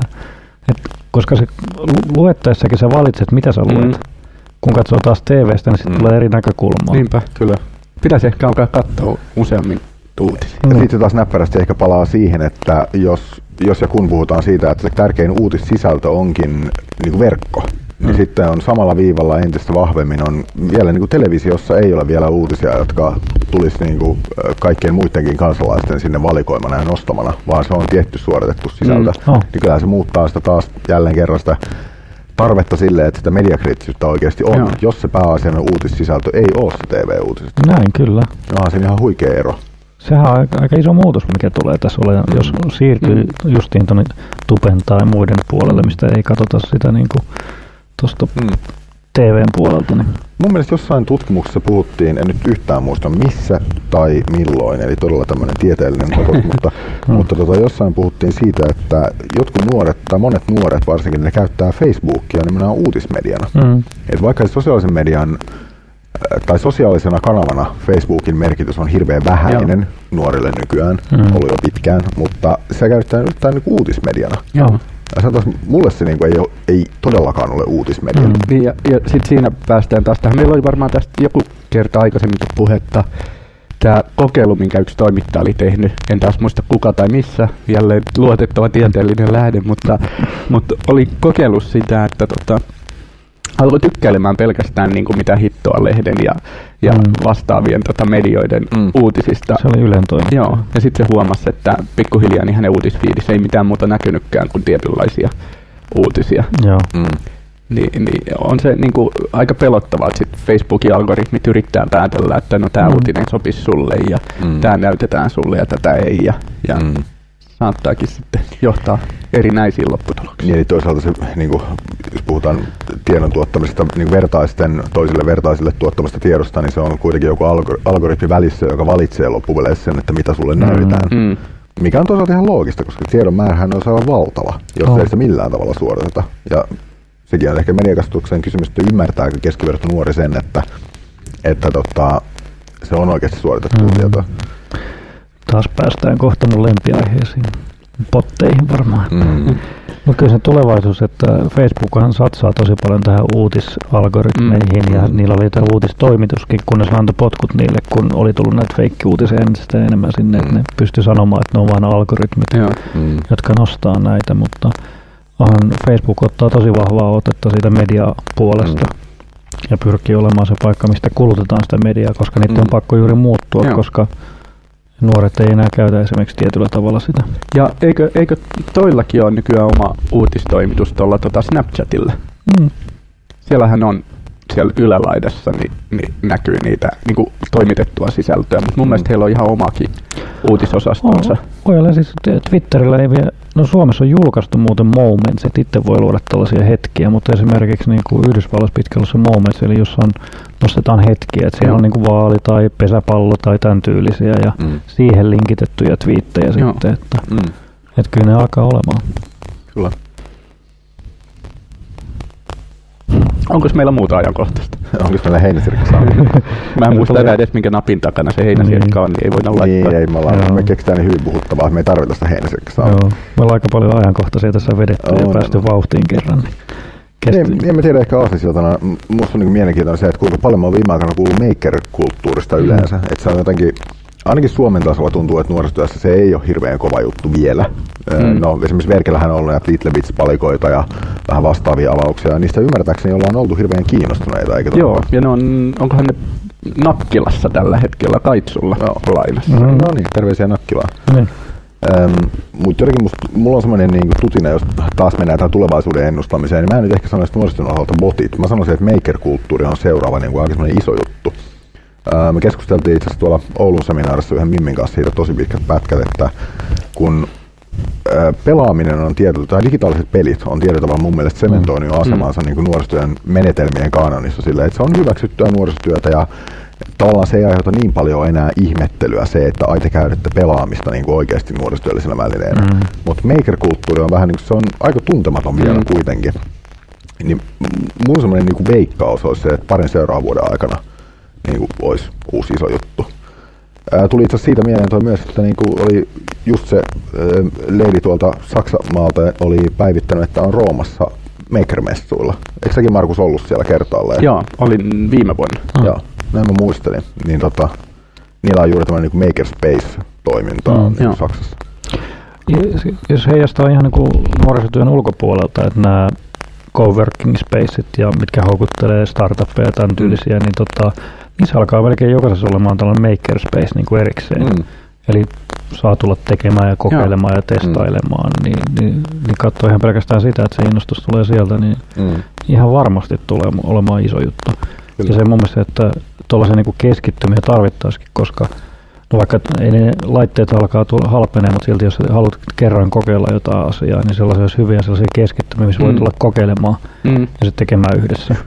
koska se luettaessakin sä valitset, mitä sä luet. Kun katsoo taas TV:stä, niin sitten tulee eri näkökulmaa. Niinpä, kyllä. Pitäisi ehkä alkaa katsoa useammin uutisia. Ja sitten taas näppärästi ehkä palaa siihen, että jos ja kun puhutaan siitä, että se tärkein uutissisältö onkin niin kuin verkko, niin sitten on samalla viivalla entistä vahvemmin on vielä niin kuin televisiossa ei ole vielä uutisia, jotka tulisi niin kuin kaikkien muidenkin kansalaisten sinne valikoimana ja nostamana, vaan se on tietty suoritettu sisältö. Niin kyllä se muuttaa sitä taas jälleen kerran sitä tarvetta sille, että sitä mediakriittisyyttä oikeasti on, jos se pääasiallinen uutissisältö ei ole se TV-uutiset. Näin kyllä. Onhan siinä ihan huikea ero. Sehän on aika iso muutos, mikä tulee tässä olemaan, jos siirtyy justiin tuonne Tuben tai muiden puolelle, mistä ei katsota sitä niin kuin tuosta TVn puolelta. Niin. Mun mielestä jossain tutkimuksessa puhuttiin, en nyt yhtään muista missä tai milloin, eli todella tämmöinen tieteellinen totuus, mutta jossain puhuttiin siitä, että jotkut nuoret tai monet nuoret varsinkin, ne käyttää Facebookia nimenomaan uutismediana. Et vaikka sosiaalisen median tai sosiaalisena kanavana Facebookin merkitys on hirveän vähäinen nuorille nykyään, ollut jo pitkään, mutta se käytetään niin uutismediana. Ja sanotaan, mulle se niin kuin ei todellakaan ole uutismedia. Niin, ja sitten siinä päästään taas tähän. Meillä oli varmaan tästä joku kerta aikaisemminkin puhetta. Tämä kokeilu, minkä yksi toimittaja oli tehnyt, en taas muista kuka tai missä, jälleen luotettava tieteellinen lähde, mutta oli kokeillut sitä, että alkoi tykkäilemään pelkästään niin kuin mitä hittoa lehden ja vastaavien medioiden uutisista. Se oli Ylen toimi. Joo, ja sitten se huomasi, että pikkuhiljaa niin hänen uutisfiidissä ei mitään muuta näkynytkään kuin tietynlaisia uutisia. Joo. Niin on se niin kuin aika pelottavaa, että sitten Facebookin algoritmit yrittää päätellä, että no tämä uutinen sopisi sulle ja tämä näytetään sulle ja tätä ei. Ja saattaakin sitten johtaa erinäisiin lopputuloksiin. Eli toisaalta se, niin kuin, jos puhutaan tiedon tuottamisesta niin toisille vertaisille tuottamasta tiedosta, niin se on kuitenkin joku algoritmi välissä, joka valitsee loppupeleissä sen, että mitä sulle näytetään. Mikä on toisaalta ihan loogista, koska tiedon määrähän on aivan valtava, jos ei sitä millään tavalla suoriteta. Ja sekin on ehkä mediakasvatuksen kysymys, että ymmärtääkö keskiverto nuori sen, että se on oikeasti suoritettu tietoa. Taas päästään kohta mun lempiaiheisiin, botteihin varmaan. Mutta kyllä se tulevaisuus, että Facebookhan satsaa tosi paljon tähän uutisalgoritmeihin ja niillä oli tämä uutistoimituskin, kunnes antoi potkut niille, kun oli tullut näitä feikki-uutisia entistä enemmän sinne, että ne pystyi sanomaan, että ne on vain algoritmit, jotka nostaa näitä, mutta Facebook ottaa tosi vahvaa otetta siitä mediapuolesta ja pyrkii olemaan se paikka, mistä kulutetaan sitä mediaa, koska niiden on pakko juuri muuttua, koska nuoret ei enää käytä esimerkiksi tietyllä tavalla sitä. Ja eikö toillakin ole nykyään oma uutistoimitus tuolla Snapchatilla? Siellähän on siellä ylälaidassa niin näkyy niitä niin kuin toimitettua sisältöä, mutta mun mielestä heillä on ihan omakin uutisosastonsa. Siis Twitterillä ei vielä, Suomessa on julkaistu muuten Moments, että itse voi luoda tällaisia hetkiä, mutta esimerkiksi niin kuin Yhdysvalloissa pitkällä se Moments, eli jossa nostetaan hetkiä, että siellä on niin kuin vaali tai pesäpallo tai tämän tyylisiä ja siihen linkitettyjä twiittejä sitten, että kyllä ne alkaa olemaan. Kyllä. Onko meillä muuta ajankohtaista? Onko meillä heinäsirkka? Mä en muista enää edes, minkä napin takana se heinäsirkka on, niin ei voida laittaa. Niin, me keksitään niin hyvin puhuttavaa, että me ei tarvita sitä heinäsirkkaa. Joo, me ollaan aika paljon ajankohtaisia tässä vedetty ja päästy vauhtiin kerran. En mä tiedä, ehkä aasinsiltana, musta on niin mielenkiintoinen se, että kuinka paljon mä oon viime aikana kuullut maker-kulttuurista yleensä. Että se on jotenkin, ainakin Suomen tasolla tuntuu, että nuorisotyössä se ei ole hirveän kova juttu vielä. No esimerkiksi Verkellähän on ollut näitä Littlebits-palikoita ja vähän vastaavia avauksia, ja niistä ymmärtääkseni ollaan oltu hirveän kiinnostuneita, eikö? Joo, ja onkohan ne Nakkilassa tällä hetkellä Kaitsulla lainassa? No niin, terveisiä Nakkilaan. Mutta jotenkin mulla on semmoinen niin tutina, jos taas mennään tähän tulevaisuuden ennustamiseen, niin mä en nyt ehkä sanoisi nuorisotyön osalta botit. Mä sanoisin, että maker-kulttuuri on seuraava niin aika semmoinen iso juttu. Me keskusteltiin itse asiassa tuolla Oulun seminaarissa yhden Mimmin kanssa siitä tosi pitkät pätkät, että kun pelaaminen on tai digitaaliset pelit on tietyllä tavalla mun mielestä sementoinut jo asemansa niin kuin nuorisotyön menetelmien kanonissa silleen, että se on hyväksyttyä nuorisotyötä ja tavallaan se ei aiheuta niin paljon enää ihmettelyä se, että te käytätte pelaamista niin kuin oikeasti nuorisotyöllisenä välineenä. Mutta maker-kulttuuri on vähän niin kuin, se on aika tuntematon vielä kuitenkin. Niin mun semmoinen niin kuin veikkaus olisi se, että parin seuraavan vuoden aikana niin kuin olisi uusi iso juttu. Tuli itse asiassa siitä mieleen toi myös, että niin kuin oli just se leidi tuolta Saksamaalta oli päivittänyt, että on Roomassa maker-messuilla. Eikö säkin Markus ollut siellä kertaalleen? Joo, olin viime vuonna. Joo, näin mä muistelin. Niin niillä on juuri tämmöinen niin makerspace-toimintaa niin Saksassa. Jos heijastaa ihan niin nuorisotyön ulkopuolelta, että nämä coworking spaceit ja mitkä houkuttelee startuppeja ja tämän tyylisiä, niin niissä alkaa melkein jokaisessa olemaan tällainen makerspace niin kuin erikseen. Eli saa tulla tekemään ja kokeilemaan ja testailemaan, niin katsoo ihan pelkästään sitä, että se innostus tulee sieltä, niin ihan varmasti tulee olemaan iso juttu. Kyllä. Ja se mun mielestä, että tuollaisia niin keskittymiä tarvittaisikin, koska no vaikka ei ne laitteet alkaa halpenee, mutta silti jos haluat kerran kokeilla jotain asiaa, niin sellaisia olisi hyviä sellaisia keskittymiä, missä voi tulla kokeilemaan ja sitten tekemään yhdessä.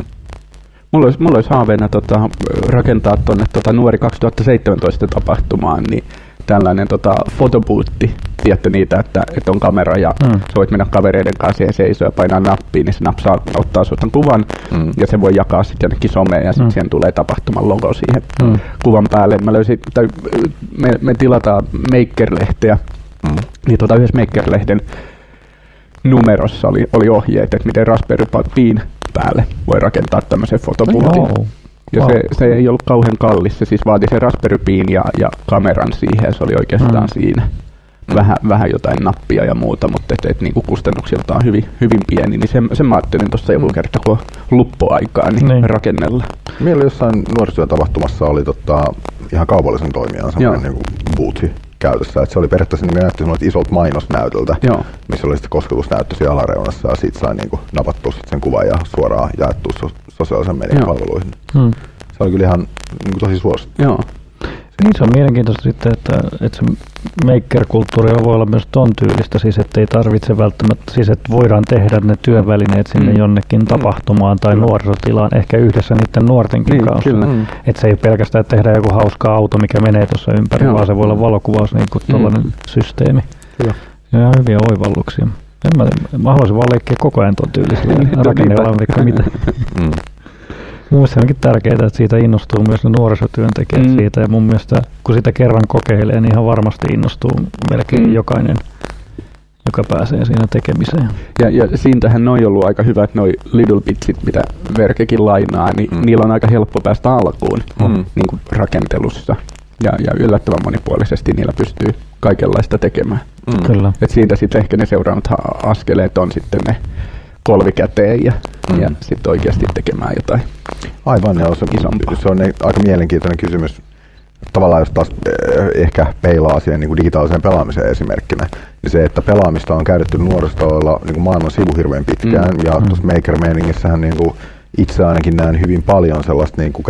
Mulla olisi haaveena rakentaa tuonne Nuori 2017 tapahtumaan, niin tällainen fotobuutti, tiedätte niitä, että on kamera ja sä voit mennä kavereiden kanssa siihen seisoon ja painaa nappiin, niin se napsaa ottaa sulta kuvan ja se voi jakaa sitten jonnekin someen ja sitten siihen tulee tapahtuman logo siihen kuvan päälle. Mä löysin, me tilataan Maker-lehteä, niin yhdessä Maker-lehden numerossa oli ohjeet, että miten Raspberry Pin päälle voi rakentaa tämmöisen fotobuutin. Ja se ei ollut kauhean kallis, se siis vaati sen Raspberry Pin ja kameran siihen, ja se oli oikeastaan siinä. Vähän jotain nappia ja muuta, mutta niinku kustannuksilta on hyvin pieni, niin sen mä ajattelin tuossa joku kerta, kun on luppuaikaa, niin rakennella. Meillä jossain nuorisotyötapahtumassa oli ihan kaupallisen toimijan semmoinen niinku boothi käytössä, että se oli periaatteessa, niin me näytti semmoinen isolta mainosnäytöltä, missä oli sitten kosketusnäyttö siellä alareunassa, ja siitä sai niinku napattua sen kuvan ja suoraan jaettua sosiaalisen median palveluihin. Se oli kyllä ihan niin tosi suosittu. Joo. Niin se on mielenkiintoista sitten, että se maker-kulttuuri voi olla myös ton tyylistä, siis ettei tarvitse välttämättä, siis että voidaan tehdä ne työvälineet sinne jonnekin tapahtumaan tai nuorisotilaan, ehkä yhdessä niiden nuortenkin kanssa. Että se ei pelkästään tehdä joku hauska auto, mikä menee tuossa ympäri, vaan se voi olla valokuvaus niin kuin tollainen systeemi. Kyllä. Ja ihan hyviä oivalluksia. Mä haluaisin vaan leikkiä koko ajan ton tyylisellä rakenneella, eikä mitään. Mun mielestä onkin tärkeää, että siitä innostuu myös ne nuorisotyöntekijät siitä, ja mun mielestä kun sitä kerran kokeilee, niin ihan varmasti innostuu melkein jokainen, joka pääsee siinä tekemiseen. Ja siintähän on ollut aika hyvä, että noi Little Bitsit, mitä Verkekin lainaa, niin niillä on aika helppo päästä alkuun niin kuin rakentelussa. Ja yllättävän monipuolisesti niillä pystyy kaikenlaista tekemään. Kyllä. Et siitä sitten ehkä ne seuraavat askeleet on sitten ne kolvikäteen ja sitten oikeasti tekemään jotain. Aivan, ja se on aika mielenkiintoinen kysymys. Tavallaan jos taas ehkä peilaa siihen niin kuin digitaaliseen pelaamiseen esimerkkinä, niin se, että pelaamista on käytetty nuorisoilla niin kuin maailman sivu hirveän pitkään, ja tuossa maker-meiningissähän niin kuin itse ainakin näen hyvin paljon sellaista niin kuin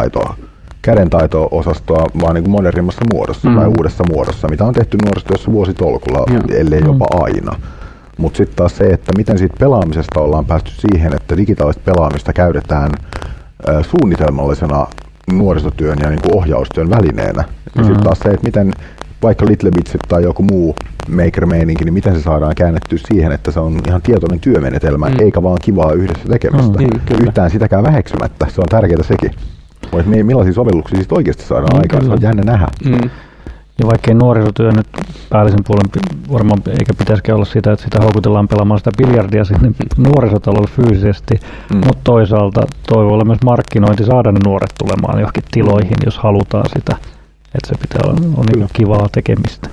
kädentaito-osastoa vaan niin kuin modernimmassa muodossa tai uudessa muodossa, mitä on tehty nuorisotyössä vuositolkulla, ellei jopa aina. Mutta sitten taas se, että miten siitä pelaamisesta ollaan päästy siihen, että digitaalista pelaamista käytetään suunnitelmallisena nuorisotyön ja niinku ohjaustyön välineenä. Ja sitten taas se, että miten vaikka Little Bitsit tai joku muu maker-meininki, niin miten se saadaan käännettyä siihen, että se on ihan tietoinen työmenetelmä, eikä vaan kivaa yhdessä tekemistä. Yhtään sitäkään väheksymättä, se on tärkeää sekin. Mutta millaisia sovelluksia siitä oikeasti saadaan aikaan, se on jännä nähdä. Ja vaikkei nuorisotyö nyt päällisen puolen varmaan eikä pitäisikään olla sitä, että sitä houkutellaan pelaamaan sitä biljardia sinne nuorisotalolle fyysisesti, mutta toisaalta toi voi olla myös markkinointi saada ne nuoret tulemaan johonkin tiloihin, jos halutaan sitä, että se pitää olla niin kivaa tekemistä.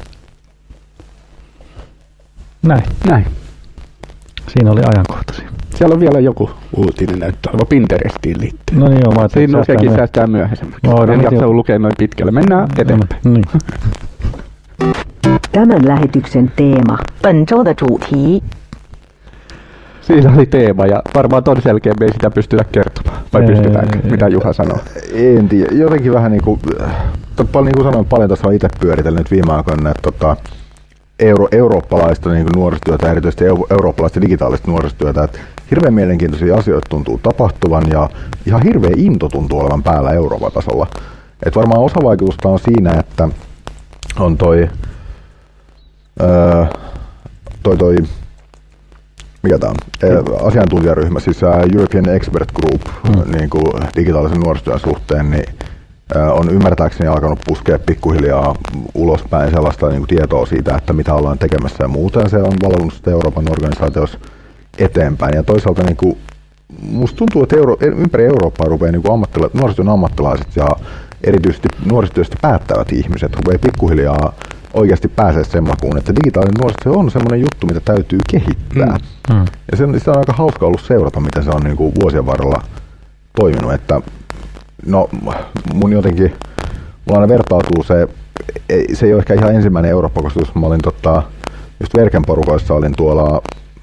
Näin. Siinä oli ajankohtaisia. Siellä on vielä joku uutinen näyttävä Pinterestiin liittyen. No niin joo, mä ajattelin, että sekin säästää myöhemmin. En jaksa lukea noin pitkälle. Mennään eteenpäin. Niin. Tämän lähetyksen teema. 本周的主题 Siinä oli teema ja varmaan ton selkeä me ei sitä pystytä kertomaan. Vai pystytäänkö? Mitä Juha sanoo? En tiedä. Jotenkin vähän niin kuin sanoin, paljon tässä on itse pyöritellyt viime aikoina, että eurooppalaista niin kuin nuorisotyötä, erityisesti eurooppalaista digitaalista nuorisotyötä, että hirveän mielenkiintoisia asioita tuntuu tapahtuvan ja ihan hirveä into tuntuu olevan päällä Euroopan tasolla. Et varmaan osavaikutusta on siinä, että on toi mikä tää on? Asiantuntijaryhmä, siis European Expert Group niin kuin digitaalisen nuorisotyön suhteen, niin on ymmärtääkseni alkanut puskea pikkuhiljaa ulospäin sellaista niin kuin tietoa siitä, että mitä ollaan tekemässä ja muuta, ja se on valvonnut sitä Euroopan organisaatiossa eteenpäin. Ja toisaalta niin kuin, musta tuntuu, että ympäri Eurooppaa rupeaa niin kuin nuorisotyön ammattilaiset ja erityisesti nuorisotyöstä päättävät ihmiset rupeaa pikkuhiljaa oikeasti pääsee sen makuun, että digitaalinen nuorisotyö on semmoinen juttu, mitä täytyy kehittää. Ja sitä on aika hauska ollut seurata, miten se on niin kuin vuosien varrella toiminut. Että, no, mulla aina vertautuu se ei ole ehkä ihan ensimmäinen Eurooppa, koska jos mä olin just Verken porukoissa olin tuolla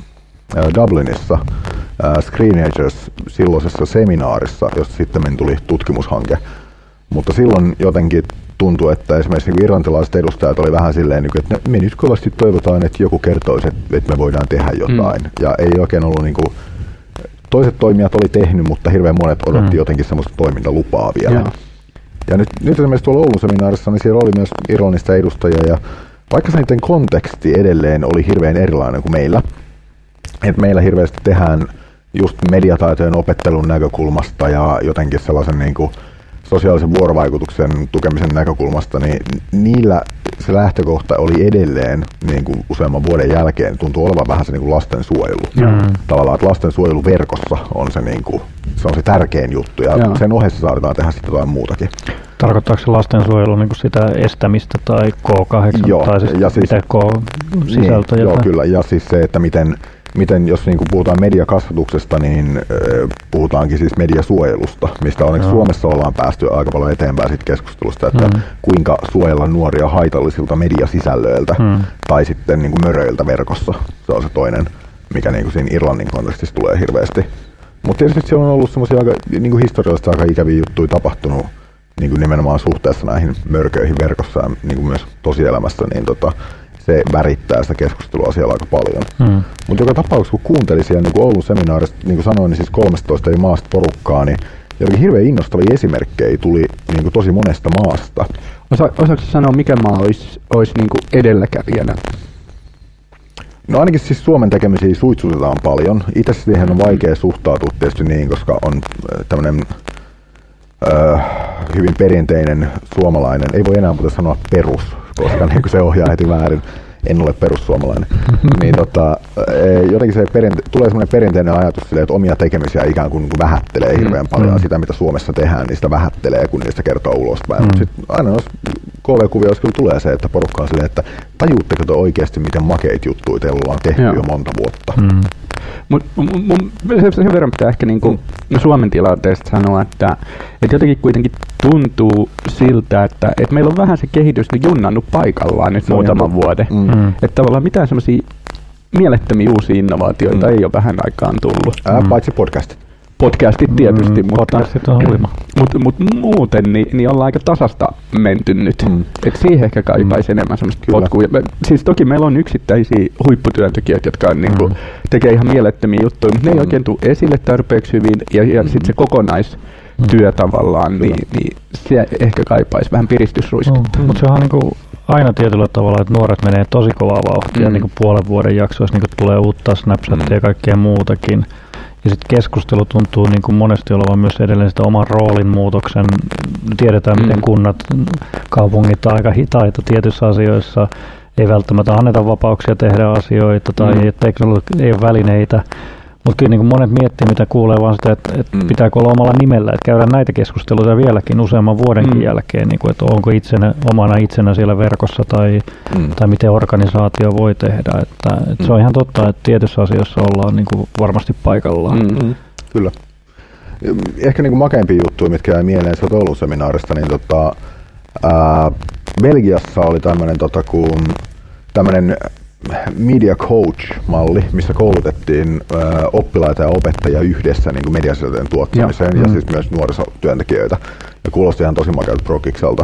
Dublinissa Screenagers silloisessa seminaarissa, josta sitten tuli tutkimushanke. Mutta silloin jotenkin tuntui, että esimerkiksi irlantilaiset edustajat oli vähän silleen, että me nyt kovasti toivotaan, että joku kertoisi, että me voidaan tehdä jotain. Ja ei oikein ollut niin kuin, toiset toimijat oli tehnyt, mutta hirveän monet odotti jotenkin semmoista toimintalupaa vielä. Ja nyt esimerkiksi tuolla Oulun seminaarissa, niin siellä oli myös Irlannista edustajia, ja vaikka se niiden konteksti edelleen oli hirveän erilainen kuin meillä, että meillä hirveästi tehdään just mediataitojen opettelun näkökulmasta ja jotenkin sellaisen niin kuin sosiaalisen vuorovaikutuksen tukemisen näkökulmasta, niin niillä se lähtökohta oli edelleen niin kuin useamman vuoden jälkeen tuntuu olevan vähän se niin kuin lastensuojelu. Tavallaan, että lastensuojelu verkossa on se, niin kuin, se on se tärkein juttu ja sen ohessa saadaan tehdä sitten jotain muutakin. Tarkoittaako se lastensuojelu niin kuin sitä estämistä tai K8 tai siis K-sisältöjä? Niin, joo, kyllä. Ja siis se, että miten jos niin kuin puhutaan mediakasvatuksesta, niin puhutaankin siis mediasuojelusta, mistä onneksi Suomessa ollaan päästy aika paljon eteenpäin siitä keskustelusta, että kuinka suojella nuoria haitallisilta mediasisällöiltä tai sitten niin kuin möröiltä verkossa. Se on se toinen, mikä niin kuin siinä Irlannin kontekstissa tulee hirveästi. Mutta tietysti siellä on ollut semmoisia niin kuin historiallisesti aika ikäviä juttuja tapahtunut niin kuin nimenomaan suhteessa näihin mörköihin verkossa ja niin kuin myös tosielämässä, niin se värittää sitä keskustelua siellä aika paljon. Mutta joka tapauksessa, kun kuuntelin siellä niin kuin Oulun seminaarista, niin kuin sanoin, niin siis 13 maasta porukkaa, niin jotenkin hirveän innostavia esimerkkejä tuli niin kuin tosi monesta maasta. Osaatko sanoa, mikä maa olisi niin kuin edelläkävijänä? No ainakin siis Suomen tekemisiä suitsutetaan paljon. Itse siihen on vaikea suhtautua tietysti niin, koska on tämmöinen hyvin perinteinen suomalainen, ei voi enää muuta sanoa perus, koska niin se ohjaa heti väärin. En ole perussuomalainen. Niin jotenkin se tulee semmoinen perinteinen ajatus silleen, että omia tekemisiä ikään kuin vähättelee hirveän paljon sitä, mitä Suomessa tehdään, niin sitä vähättelee, kun niistä kertoo ulospäin. Mutta sitten aina noissa KV-kuvioissa kyllä tulee se, että porukka on silleen, että tajuutteko te oikeasti, miten makeita juttuja teillä ollaan tehty jo monta vuotta. Sen verran pitää ehkä niin kuin Suomen tilanteesta sanoa, että jotenkin kuitenkin tuntuu siltä, että meillä on vähän se kehitys junnannut paikallaan nyt muutaman vuoden. Että tavallaan mitään semmoisia mielettömiä uusia innovaatioita ei ole vähän aikaan tullut. Paitsi podcastit. Podcastit tietysti, mutta muuten niin ollaan aika tasasta menty nyt. Et siihen ehkä kaipaisi enemmän semmoista potkua. Siis toki meillä on yksittäisiä huipputyöntekijöitä, jotka niinku tekee ihan mielettömiä juttuja, mutta ne ei oikein tule esille tarpeeksi hyvin. Ja sitten se kokonaistyö tavallaan, niin se ehkä kaipaisi vähän piristysruisketta. Mutta se on niinku aina tietyllä tavalla, että nuoret menee tosi kovaa vauhtia, niinku puolen vuoden jaksoissa niinku tulee uutta Snapchatia ja kaikkea muutakin. Ja sitten keskustelu tuntuu niin kuin monesti olevan myös edelleen sitä oman roolin muutoksen. Tiedetään, miten kunnat, kaupungit on aika hitaita tietyissä asioissa. Ei välttämättä anneta vapauksia tehdä asioita tai ei ole välineitä. Mutta kyllä niin kuin monet miettii, mitä kuulee, vaan sitä, että pitääkö olla omalla nimellä. Että käydään näitä keskusteluita vieläkin useamman vuodenkin jälkeen, niin kuin, että onko omana itsenä siellä verkossa tai miten organisaatio voi tehdä. Että se on ihan totta, että tietyissä asioissa ollaan niin kuin varmasti paikallaan. Kyllä. Ehkä niin kuin makeimpia juttuja, mitkä jäi mieleen sieltä Oulun seminaarista, niin Belgiassa oli tämmöinen media coach-malli, missä koulutettiin oppilaita ja opettajia yhdessä niin kuin mediasisältöjen tuottamiseen ja siis myös nuorisotyöntekijöitä. Ja kuulosti ihan tosi makealta progikselta.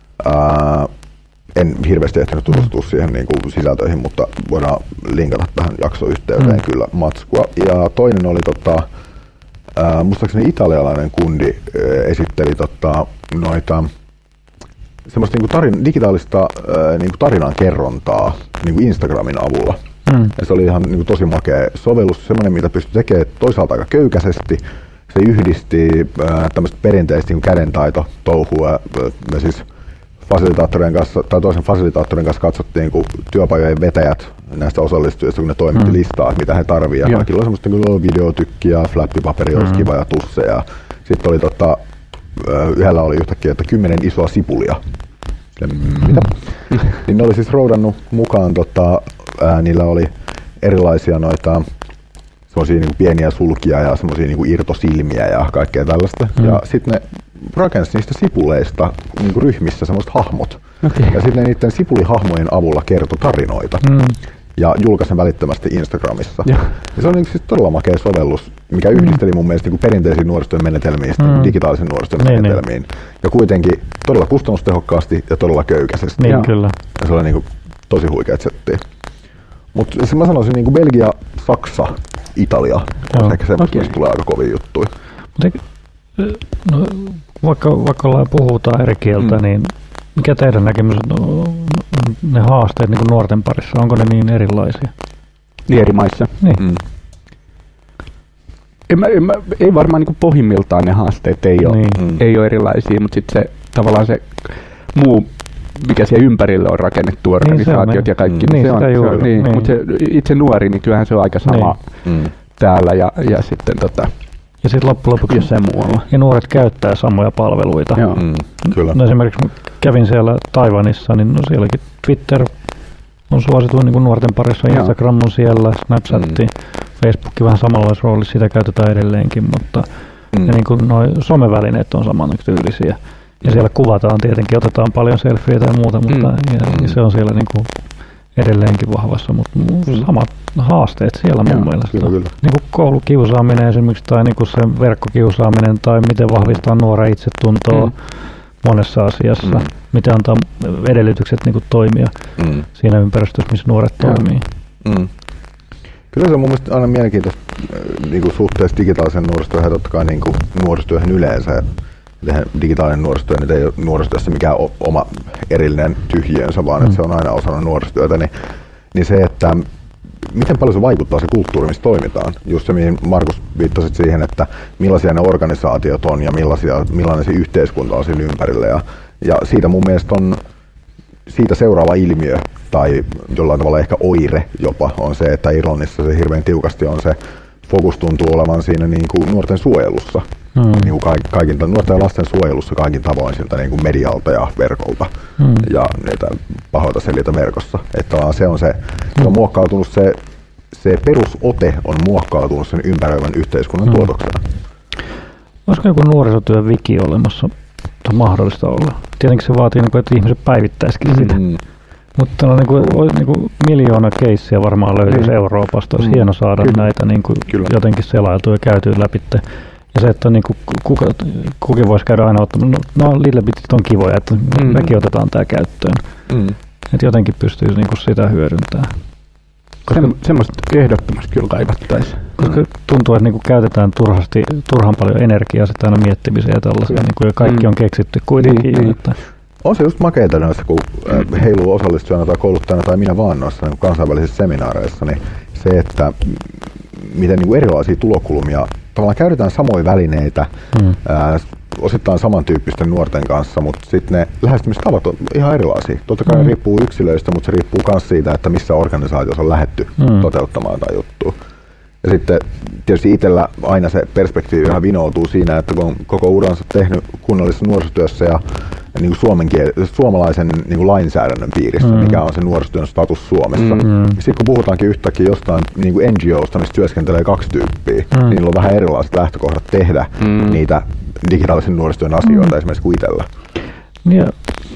En hirveästi ehtinyt tutustua siihen niin kuin sisältöihin, mutta voidaan linkata tähän jaksoyhteyteen kyllä matskua. Ja toinen oli muistaakseni italialainen kundi esitteli noita semmoista niin digitaalista niin tarinan kerrontaa niin Instagramin avulla. Ja se oli ihan niin tosi makea sovellus, semmoinen mitä pystyi tekemään toisaalta aika köykäisesti. Se yhdisti tämmöistä perinteistä niin kädentaito-touhua. Me siis fasilitaattorien kanssa, tai toisen fasilitaattorin kanssa katsottiin, kun työpajojen vetäjät näistä osallistujista, kun ne toimitti listaa, mitä he tarvitsevat. Kaikilla oli semmoista niin videotykkiä, flappipaperi olisi kiva ja tusseja. Sitten oli yhdellä oli yhtäkkiä, että 10 isoa sipulia. Mitä? Niin ne oli siis roudannut mukaan, niillä oli erilaisia noita semmosia niin pieniä sulkia ja semmosia niin irtosilmiä ja kaikkea tällaista. Ja sitten ne rakensi niistä sipuleista niin ryhmissä semmoiset hahmot. Ja sitten niiden sipulihahmojen avulla kertoi tarinoita. Ja julkaisin välittömästi Instagramissa. Ja se on siis todella makea sovellus, mikä yhdisteli mun mielestä niin perinteisiin nuorisotyön menetelmiin digitaalisen nuorisotyön menetelmiin. Ja kuitenkin todella kustannustehokkaasti ja todella köykäisesti. Niin, kyllä. Ja se oli niin kuin tosi huikeat settiä. Mutta mä sanoisin niin kuin Belgia, Saksa, Italia. On ehkä semmoista, mistä tulee aika kovia juttuja. No, vaikka puhutaan eri kieltä, niin mikä teidän näkemys on ne haasteet niin kuin nuorten parissa? Onko ne niin erilaisia? Niin eri maissa? Niin. Ei varmaan niin pohjimmiltaan ne haasteet ei ole erilaisia, mutta sitten se tavallaan se muu, mikä siellä ympärille on rakennettu, organisaatiot ja kaikki, mutta se itse nuori, niin kyllähän se on aika sama täällä ja sitten ja sitten loppujen lopuksi jossain muualla. Ja nuoret käyttää samoja palveluita. Kyllä. No esimerkiksi kävin siellä Taiwanissa, niin sielläkin Twitter on suosituin niin kuin nuorten parissa, Instagram on siellä, Snapchatti, Facebook vähän samanlaisessa roolissa, sitä käytetään edelleenkin, mutta ja niin kuin noi somevälineet on samantyylisiä. Ja siellä kuvataan tietenkin, otetaan paljon selfieitä ja muuta, mutta ja se on siellä niin kuin edelleenkin vahvassa, mutta samat haasteet siellä mun mielestä. Kyllä. Niin kuin koulukiusaaminen esimerkiksi, tai niin kuin se verkkokiusaaminen, tai miten vahvistaa nuoren itsetuntoa monessa asiassa, miten antaa edellytykset niin kuin toimia siinä ympäristössä, missä nuoret toimii. Kyllä se on mun mielestä aina mielenkiintoista niin kuin suhteessa digitaalisen nuorisotyöhön ja totta kai niin kuin nuorisotyöhön yleensä. Digitaalinen nuorisotyö nyt ei ole nuorisotyössä mikään oma erillinen tyhjiönsä, vaan että se on aina osana nuorisotyötä. Niin se, että miten paljon se vaikuttaa se kulttuuri, missä toimitaan. Just se, mihin Markus viittasit siihen, että millaisia ne organisaatiot on ja millainen se yhteiskunta on siinä ympärillä. Ja siitä mun mielestä on siitä seuraava ilmiö, tai jollain tavalla ehkä oire jopa, on se, että Irlannissa se hirveän tiukasti on se fokus tuntuu olevan siinä niin kuin nuorten suojelussa. Niin kuin nuorten ja lasten suojelussa kaikin tavoin siltä niin kuin medialta ja verkolta ja niitä pahoita selitä verkossa. Että se on on muokkautunut se perusote on muokkautunut sen ympäröivän yhteiskunnan tuotoksena. Olisiko joku nuorisotyön wiki olemassa? On mahdollista olla. Tietenkin se vaatii, että ihmiset päivittäisikin sitä. Mutta niin miljoona keissiä varmaan löytyisi Euroopasta. Olisi hieno saada näitä niin kuin jotenkin selailtua ja käytyä läpi. Ja se, että niin kukin voisi käydä aina ottamaan, no Lillebitit on kivoja, että mekin otetaan tämä käyttöön. Että jotenkin pystyisi niin kuin sitä hyödyntämään. Semmoista ehdottomasti kyllä kaivattaisiin. Koska tuntuu, että niin kuin käytetään turhan paljon energiaa sitä aina miettimiseen ja tällaisia, niin kuin ja kaikki on keksitty kuitenkin. On se just makeita noissa, kun heiluu osallistujana tai kouluttajana tai minä vaan noissa niin kansainvälisissä seminaareissa, niin se, että miten niin kuin erilaisia tulokulmia, tavallaan käytetään samoja välineitä, osittain samantyyppisten nuorten kanssa, mutta sitten ne lähestymistavat on ihan erilaisia. Totta kai riippuu yksilöistä, mutta se riippuu myös siitä, että missä organisaatiossa on lähdetty toteuttamaan tai juttua. Ja sitten tietysti itsellä aina se perspektiivi vähän vinoutuu siinä, että kun on koko uransa tehnyt kunnallisessa nuorisotyössä ja niin kuin suomalaisen niin kuin lainsäädännön piirissä, mikä on se nuorisotyön status Suomessa. Sitten kun puhutaankin yhtäkkiä jostain niin kuin NGOsta, missä työskentelee 2 tyyppiä, niin niillä on vähän erilaiset lähtökohdat tehdä niitä digitaalisen nuorisotyön asioita esimerkiksi kuin itsellä. Ja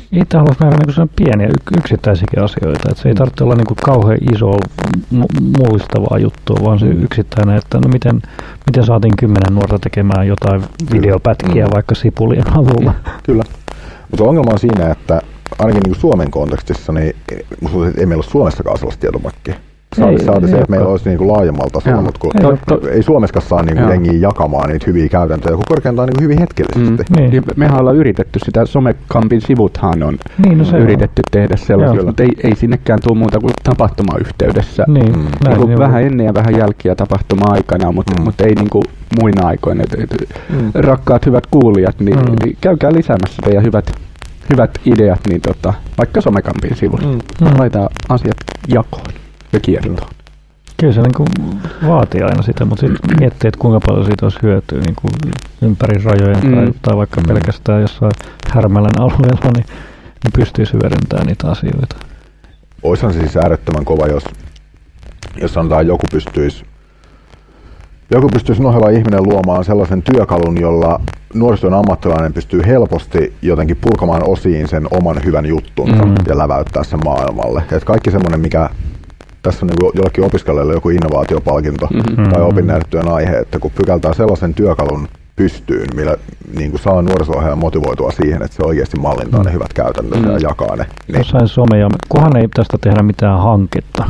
Itse haluaisi nähdä niin pieniä yksittäisiäkin asioita. Että se ei tarvitse olla niin kauhean iso mullistavaa juttua, vaan se yksittäinen, että no miten saatiin 10 nuorta tekemään jotain videopätkiä vaikka sipulien avulla. Kyllä. Mutta ongelma on siinä, että ainakin niin Suomen kontekstissa, niin ei meillä ole Suomessakaan sellaista tietopankkia. Saati se, että meillä olisi niin laajemmalla tasolla, mutta ei Suomessakaan saa niin jengiä jakamaan niitä hyviä käytäntöjä, kun korkeintaan niin hyvin hetkellisesti. Niin. Mehän ollaan yritetty sitä, Somekampin sivuthan on yritetty tehdä sellaisia, mutta ei sinnekään tule muuta kuin tapahtumayhteydessä. Niin vähän ennen ja vähän jälkiä tapahtuma-aikana, mutta ei niin kuin muina aikoina. Rakkaat hyvät kuulijat, niin käykää lisäämässä teidän hyvät ideat, niin vaikka Somekampin sivulla. Laitetaan asiat jakoon ja kiertoon. Kyllä se niin vaatii aina sitä, mutta sitten miettii, että kuinka paljon siitä olisi hyötyä niin ympäri rajojen tai vaikka pelkästään jossain Härmälän alueella, niin pystyy hyödyntämään niitä asioita. Oishan se siis äärettömän kova, jos sanotaan joku pystyisi noheva ihminen luomaan sellaisen työkalun, jolla nuorisotyön ammattilainen pystyy helposti jotenkin purkamaan osiin sen oman hyvän juttunsa ja läväyttää sen maailmalle. Et kaikki semmoinen, mikä tässä on niin jollekin opiskelijalle joku innovaatiopalkinto tai opinnäytetyön aihe, että kun pykältää sellaisen työkalun pystyyn, millä niin saa nuoriso-ohjaajan motivoitua siihen, että se oikeasti mallintaa ne hyvät käytännöt ja jakaa ne. Jossain someja, kunhan ei tästä tehdä mitään hanketta.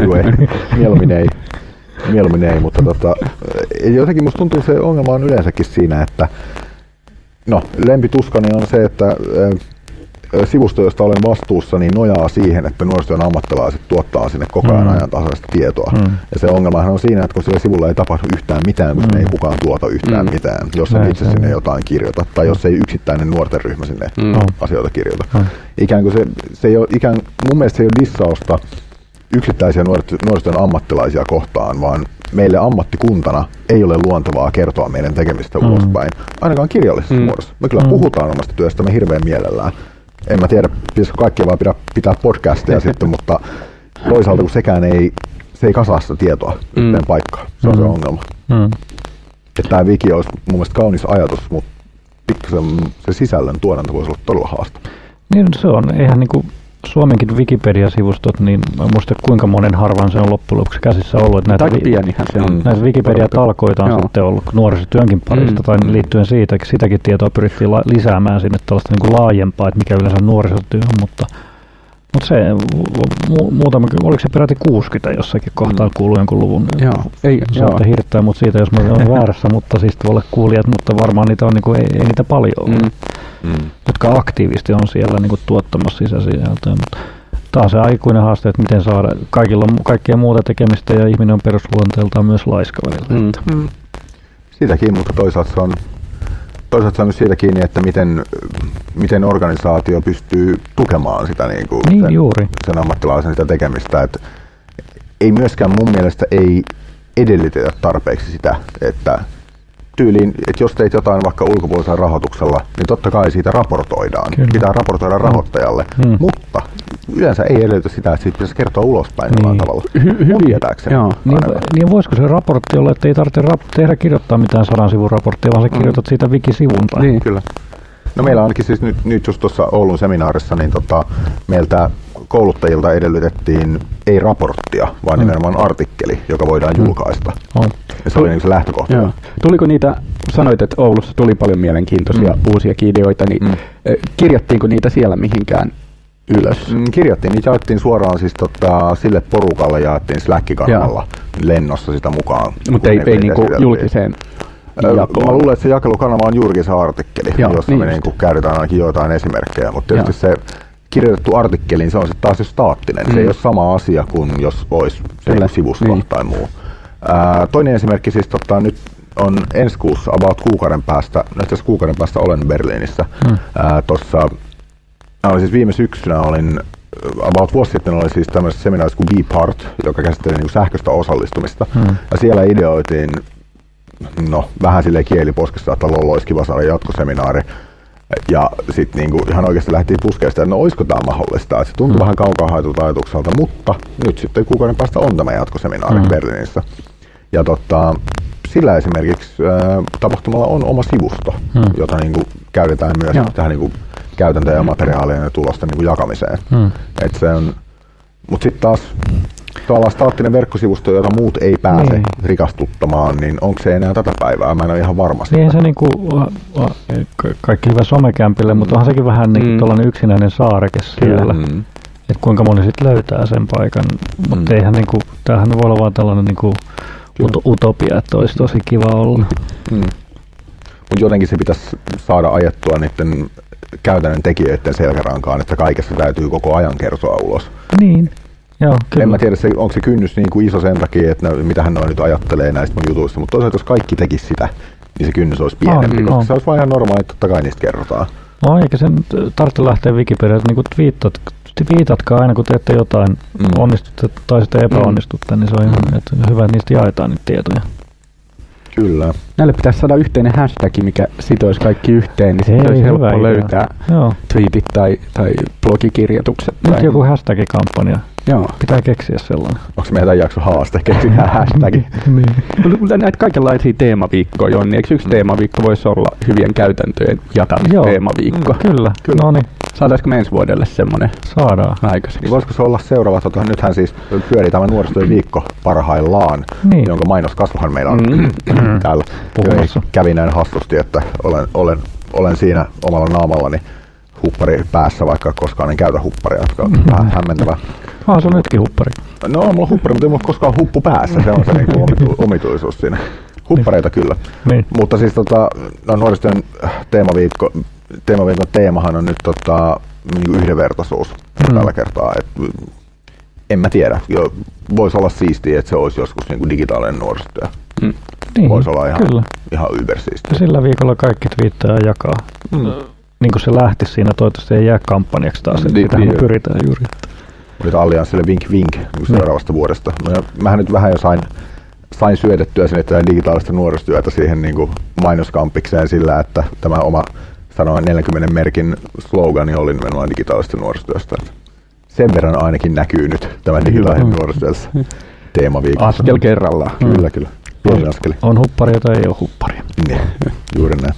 Mieluummin ei, mutta jotenkin musta tuntuu se ongelma on yleensäkin siinä, että lempituskani on se, että sivusto, josta olen vastuussa, niin nojaa siihen, että nuorisotyön ammattilaiset tuottaa sinne koko ajan ajantasaista tietoa. Ja se ongelmahan on siinä, että kun sillä sivulla ei tapahdu yhtään mitään, kun sinne ei kukaan tuota yhtään mitään, jos ei itse sinne jotain kirjoita, tai jos ei yksittäinen nuorten ryhmä sinne asioita kirjoita. Ikään kuin se ei ole, mun mielestä se ei ole dissausta yksittäisiä nuorisotyön ammattilaisia kohtaan, vaan meille ammattikuntana ei ole luontevaa kertoa meidän tekemistä ulospäin, ainakaan kirjallisessa muodossa. Me kyllä puhutaan omasta työstämme hirveän mielellään. En mä tiedä, pitäisikö kaikkia vaan pitää podcasteja sitten, mutta toisaalta kun se ei kasaa sitä tietoa yhteen paikkaan. Se on se ongelma. Että tämä wiki olisi mun mielestä kaunis ajatus, mutta pikkasen se sisällön tuotanto voisi olla todella haastava. Niin se on. Eihän niinku Suomenkin Wikipedia-sivustot, niin mä muistan kuinka monen harvan se on loppujen lopuksi käsissä ollut. Että näitä Wikipedia-talkoita on sitten ollut nuorisotyönkin parista tai liittyen sitäkin tietoa pyrittiin lisäämään sinne tällaista niin kuin laajempaa, että mikä yleensä nuorisotyö on, mutta se oliko se peräti 60 jossakin kohtaan kuuluu jonkun luvun. Saatte hirttää mut siitä, jos mä olen väärässä, mutta siis tuolle kuulijat, mutta varmaan niitä on, niin kuin, ei niitä paljon ole, jotka aktiivisesti on siellä niin kuin tuottamassa sisäsisältöä. Tämä on se aikuinen haaste, että miten saada, kaikilla on kaikkea muuta tekemistä ja ihminen on perusluonteeltaan myös laiska välillä. Sitäkin, mutta toisaalta se on myös siitä kiinni, että miten organisaatio pystyy tukemaan sitä sen ammattilaisen sitä tekemistä. Et ei myöskään mun mielestä ei edellytetä tarpeeksi sitä, että tyyliin, että jos teit jotain vaikka ulkopuolisella rahoituksella, niin totta kai siitä raportoidaan. Kyllä. Pitää raportoida rahoittajalle, mutta yleensä ei edellytä sitä, että siitä pitäisi kertoa ulospäin jollain tavalla. Niin voisiko se raportti olla, että ei tarvitse kirjoittaa mitään 100 sivun raporttia, vaan sä kirjoitat siitä wiki-sivun. Niin. Kyllä. No meillä ainakin siis nyt just tuossa Oulun seminaarissa, niin meiltä kouluttajilta edellytettiin ei raporttia, vaan nimenomaan artikkeli, joka voidaan julkaista. Ja se oli niin se lähtökohta. Joo. Tuliko niitä, sanoit, että Oulussa tuli paljon mielenkiintoisia uusiakin ideoita, niin kirjattiinko niitä siellä mihinkään ylös? Kirjattiin, niitä jaettiin suoraan siis sille porukalle, jaettiin Slack-kanavalla lennossa sitä mukaan. Mutta ei niinku julkiseen jakoon. Mä luulen, että se jakelukanava on juurikin se artikkeli, jossa me niinku käytetään ainakin joitain esimerkkejä, mutta tietysti se kirjoitettu artikkeli, se on sitten taas jo staattinen. Se ei ole sama asia kuin jos olisi sivusto tai muu. Toinen esimerkki siis nyt on ensi kuussa about kuukauden päästä olen Berliinissä. Siis viime syksynä olin about vuosi sitten oli siis tämmöisessä seminaarissa kuin Be Part, joka käsitteli niin sähköistä osallistumista. Ja siellä ideoitiin vähän silleen kieliposkessa, että olisi kiva saada jatkoseminaari. Ja sitten niinku ihan oikeasti lähtiin puskemaan sitä, että olisiko tämä mahdollista. Et se tuntui vähän kaukaa haetulta ajatukselta, mutta nyt sitten kuukauden päästä on tämä jatkoseminaari Berliinissä. Ja sillä esimerkiksi tapahtumalla on oma sivusto, jota niinku käytetään myös tähän niinku käytäntöjen ja materiaalien ja tulosten niin kuin jakamiseen. Et se on, mut sitten taas tavallaan staattinen verkkosivusto, jota muut ei pääse rikastuttamaan, niin onko se enää tätä päivää? Mä en ole ihan varmasti. Niin se niinku, kaikki hyvä somekämpille, mutta onhan sekin vähän niinku tällainen yksinäinen saareke siellä. Että kuinka moni sitten löytää sen paikan. Mutta eihän niinku, tämähän voi olla vaan tällainen niinku utopia, että olisi tosi kiva olla. Mutta jotenkin se pitäisi saada ajettua niiden käytännön tekijöiden selkärankaan, että kaikessa täytyy koko ajan kertoa ulos. Niin. Joo, kyllä. En mä tiedä, onko se kynnys niin kuin iso sen takia, että mitähän ne nyt ajattelee näistä mun jutuista, mutta toisaalta jos kaikki tekisi sitä, niin se kynnys olisi pienempi, koska se olisi vaan ihan normaali, että totta kai niistä kerrotaan. No eikä sen tarvitse lähteä Wikipediaan, että niin viitatkaa aina, kun teette jotain, onnistutte tai sitten epäonnistutte, niin se on ihan hyvä, että niistä jaetaan niitä tietoja. Kyllä. Näille pitäisi saada yhteinen hashtag, mikä sitoisi kaikki yhteen, niin sitten olisi helppo löytää tweetit tai blogikirjoitukset. Nyt joku hashtag-kampanja. Joo. Pitää keksiä sellainen. Onko meidän jakso haaste? Keksikää hashtagi. Mutta näitä kaikenlaisia teemaviikkoja on, niin eikö yksi teemaviikko voisi olla hyvien käytäntöjen jakamisteemaviikko? Kyllä. No niin. Saadaanko me ensi vuodelle semmoinen? Saadaan. Aikaiseksi. Niin voisiko se olla seuraava? Nythän siis pyörii tämä nuorisotyön viikko parhaillaan, jonka mainoskasvuhan meillä on täällä. Kävi näin hassusti, että olen siinä omalla naamallani huppari päässä, vaikka koskaan en käytä hupparia, jotka on vähän hämmentävää. Se on nytkin huppari. No on mulla huppari, mutta ei mulla koskaan huppu päässä, se on se niin omituisuus siinä. Huppareita kyllä. Niin. Mutta siis nuorisotyön teemaviikon teemahan on nyt niin yhdenvertaisuus tällä kertaa. En mä tiedä, voisi olla siistiä, että se olisi joskus niin kuin digitaalinen nuorisotyö. Niin, voisi olla ihan ybersiistiä. Ja sillä viikolla kaikki twiittaa ja jakaa. Niin kuin se lähti siinä, toivottavasti ei jää kampanjaksi taas, että sitähän pyritään juuri. Oli Allianssille vink vink seuraavasta vuodesta. No, mähän nyt vähän jo sain syötettyä sinne tätä digitaalista nuorisotyötä siihen niin kuin mainoskampikseen sillä, että tämä oma 40 merkin slogani oli nimenomaan digitaalista nuorisotyöstä. Sen verran ainakin näkyy nyt tämä digitaalinen nuorisotyössä teemaviikossa. Askel kerrallaan. Kyllä. Pieni askeli. On hupparia tai ei ole hupparia. Niin, juuri näin.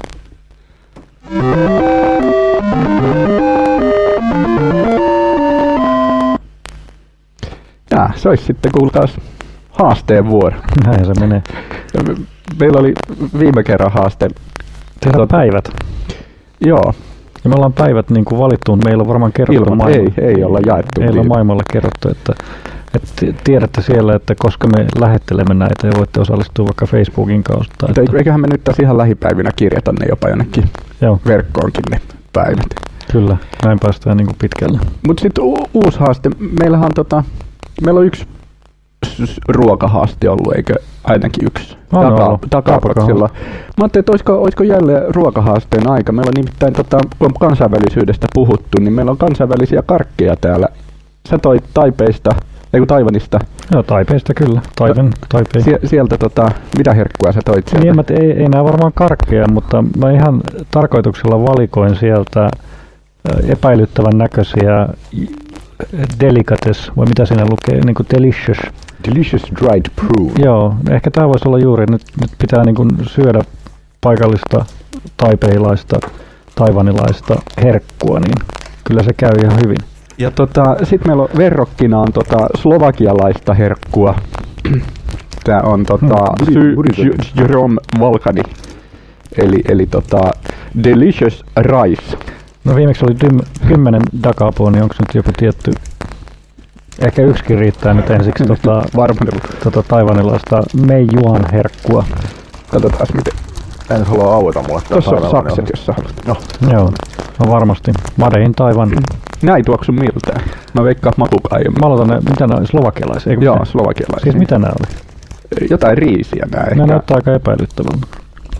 Se olisi sitten kuulkaas haasteen vuoro. Näin se menee. Meillä oli viime kerran haaste. Tehdään päivät. Joo. Ja me ollaan päivät niin kuin valittu, mutta meillä on varmaan kerrottu ei olla jaettu. Meillä on maailmalla kerrottu, että tiedätte siellä, että koska me lähettelemme näitä ja voitte osallistua vaikka Facebookin kautta. Eiköhän me nyt tässä ihan lähipäivinä kirjata ne jopa jonnekin verkkoonkin ne päivät. Kyllä, näin päästään niin kuin pitkälle. Mutta sitten uusi haaste. Meillä on yksi ruokahaaste ollut, eikö ainakin yksi takapaksilla. Mä ajattelin, että olisiko jälleen ruokahaasteen aika. Meillä on nimittäin, kun kansainvälisyydestä puhuttu, niin meillä on kansainvälisiä karkkeja täällä. Sä toit Taiwanista. Joo, Taipeista kyllä. Taipei. Sieltä mitä herkkua sä toit sieltä? Niin, ei nää varmaan karkkeja, mutta mä ihan tarkoituksella valikoin sieltä epäilyttävän näköisiä delicates, vai mitä siinä lukee, niin kuin delicious dried prune. Joo, ehkä tämä voisi olla juuri, nyt pitää niin kuin syödä paikallista taipeilaista, taivanilaista herkkua, niin kyllä se käy ihan hyvin. Ja sitten meillä on verrokkina on slovakialaista herkkua. Tää on Jerome Valkani, eli delicious rice. No viimeksi oli 10 dakapua, niin onko nyt joku tietty, ehkä yksikin riittää nyt ensiksi taivanilaista meijuan herkkua. Katsotaan miten. En halua aueta mulle. Tuossa on sakset, jos sä haluat. No. Joo, no varmasti. Made in Taiwan. Nää ei tuoksu miltään. Mä veikkaan makukaan jo. Mä aloitan ne, mitä nää oli, slovakialaisia? Joo, slovakialaisia. Siis mitä nää oli? Jotain riisiä nää ehkä. Nää näyttää aika epäilyttävältä.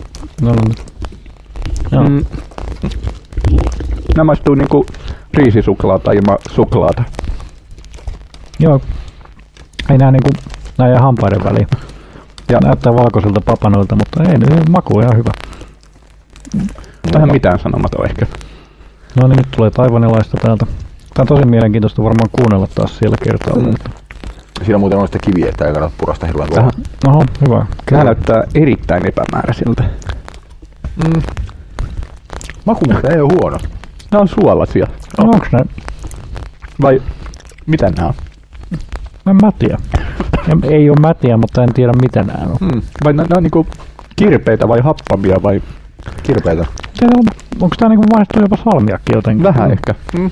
Joo. Nämä maistuu niinku riisisuklaata ilman suklaata. Joo. Ei nää niinku, nää jää hampaiden väliin. Ja näyttää valkoiselta papanoilta, mutta ei, maku on ihan hyvä. Vähän mitään sanomaton ehkä. No niin, nyt tulee taivanilaista täältä. Tää on tosi mielenkiintoista varmaan kuunnella taas siellä kertaa. Siinä muuten on sitä kiviä, että ei kannata purasta hirveän tuolla. Oho, hyvä. Tää näyttää erittäin epämääräisiltä. Maku muuten ei ole huono. Nämä on suolaisia. No, onks ne? Vai mitä nämä on? En mä tiedä. Ei oo mätiä, mutta en tiedä mitä nämä on. Vai nämä on niinku kirpeitä vai happamia vai? Kirpeitä. Onko tää niinku maistuu jopa salmiakki jotenkin? Vähän ehkä.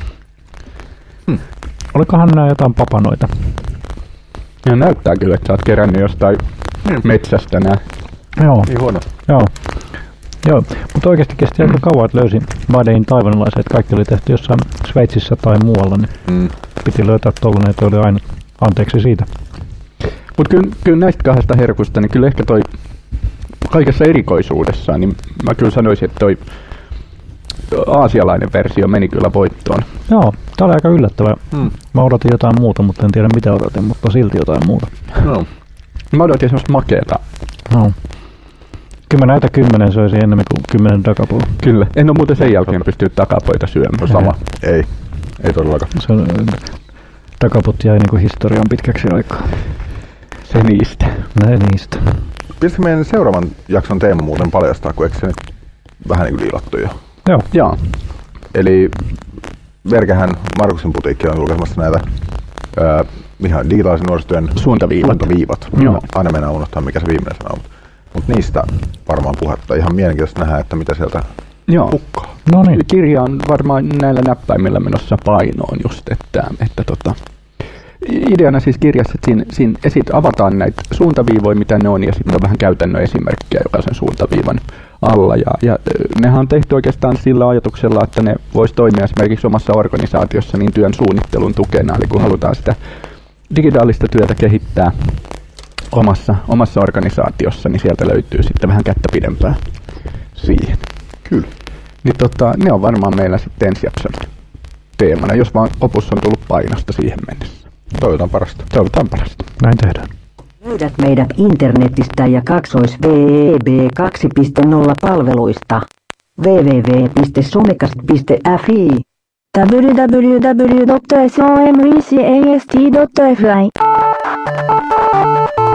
Olikohan nämä jotain papanoita? Ja näyttää kyllä, että sä oot kerännyt jostain metsästä nää. Joo. Niin huono. Joo, mutta oikeasti kesti aika kauan, että löysin Vadein taivanilaiset, että kaikki oli tehty jossain Sveitsissä tai muualla, niin piti löytää tollanen, että oli aina anteeksi siitä. Mutta kyllä näistä kahdesta herkusta, niin kyllä ehkä toi kaikessa erikoisuudessaan, niin mä kyllä sanoisin, että toi aasialainen versio meni kyllä voittoon. Joo, tää oli aika yllättävä. Mä odotin jotain muuta, mutta en tiedä mitä odotin, mutta silti jotain muuta. No. Mä odotin semmoista makeeta. No. Kyllä mä näitä 10 söisin enemmän kuin 10 dakapua. Kyllä. En ole muuten sen jälkeen pystynyt takapoita syömään. Sama. Ei todellakaan. Se on, dakaput jäi niinku historiaan pitkäksi aikaa. Se niistä. Näin niistä. Pitäisikö meidän seuraavan jakson teema muuten paljastaa, kun eikö se nyt vähän niin kuin liilattu jo? Joo. Eli Verkehän Markuksen putiikki on julkaisemassa näitä ihan digitaalisen nuorisotyön suuntaviivat. Joo. Aina mennään unohtaa, mikä se viimeinen sana on. Mutta niistä varmaan puhetta. Ihan mielenkiintoista nähdä, että mitä sieltä pukkaa. No niin. Kirja on varmaan näillä näppäimillä menossa painoon just, että ideana siis kirjassa, että siinä avataan näitä suuntaviivoja, mitä ne on, ja sitten on vähän käytännön esimerkkejä jokaisen suuntaviivan alla. Ja nehän on tehty oikeastaan sillä ajatuksella, että ne voisi toimia esimerkiksi omassa organisaatiossa niin työn suunnittelun tukena, eli kun halutaan sitä digitaalista työtä kehittää omassa organisaatiossa, niin sieltä löytyy sitten vähän kättä pidempää siihen. Kyllä. Niin ne on varmaan meillä sitten ensi jakson teemana, jos vaan opus on tullut painosta siihen mennessä. Toivotaan parasta. Näin tehdään. Löydät meidät internetistä ja /web 2.0 palveluista. www.somekast.fi www.somecast.fi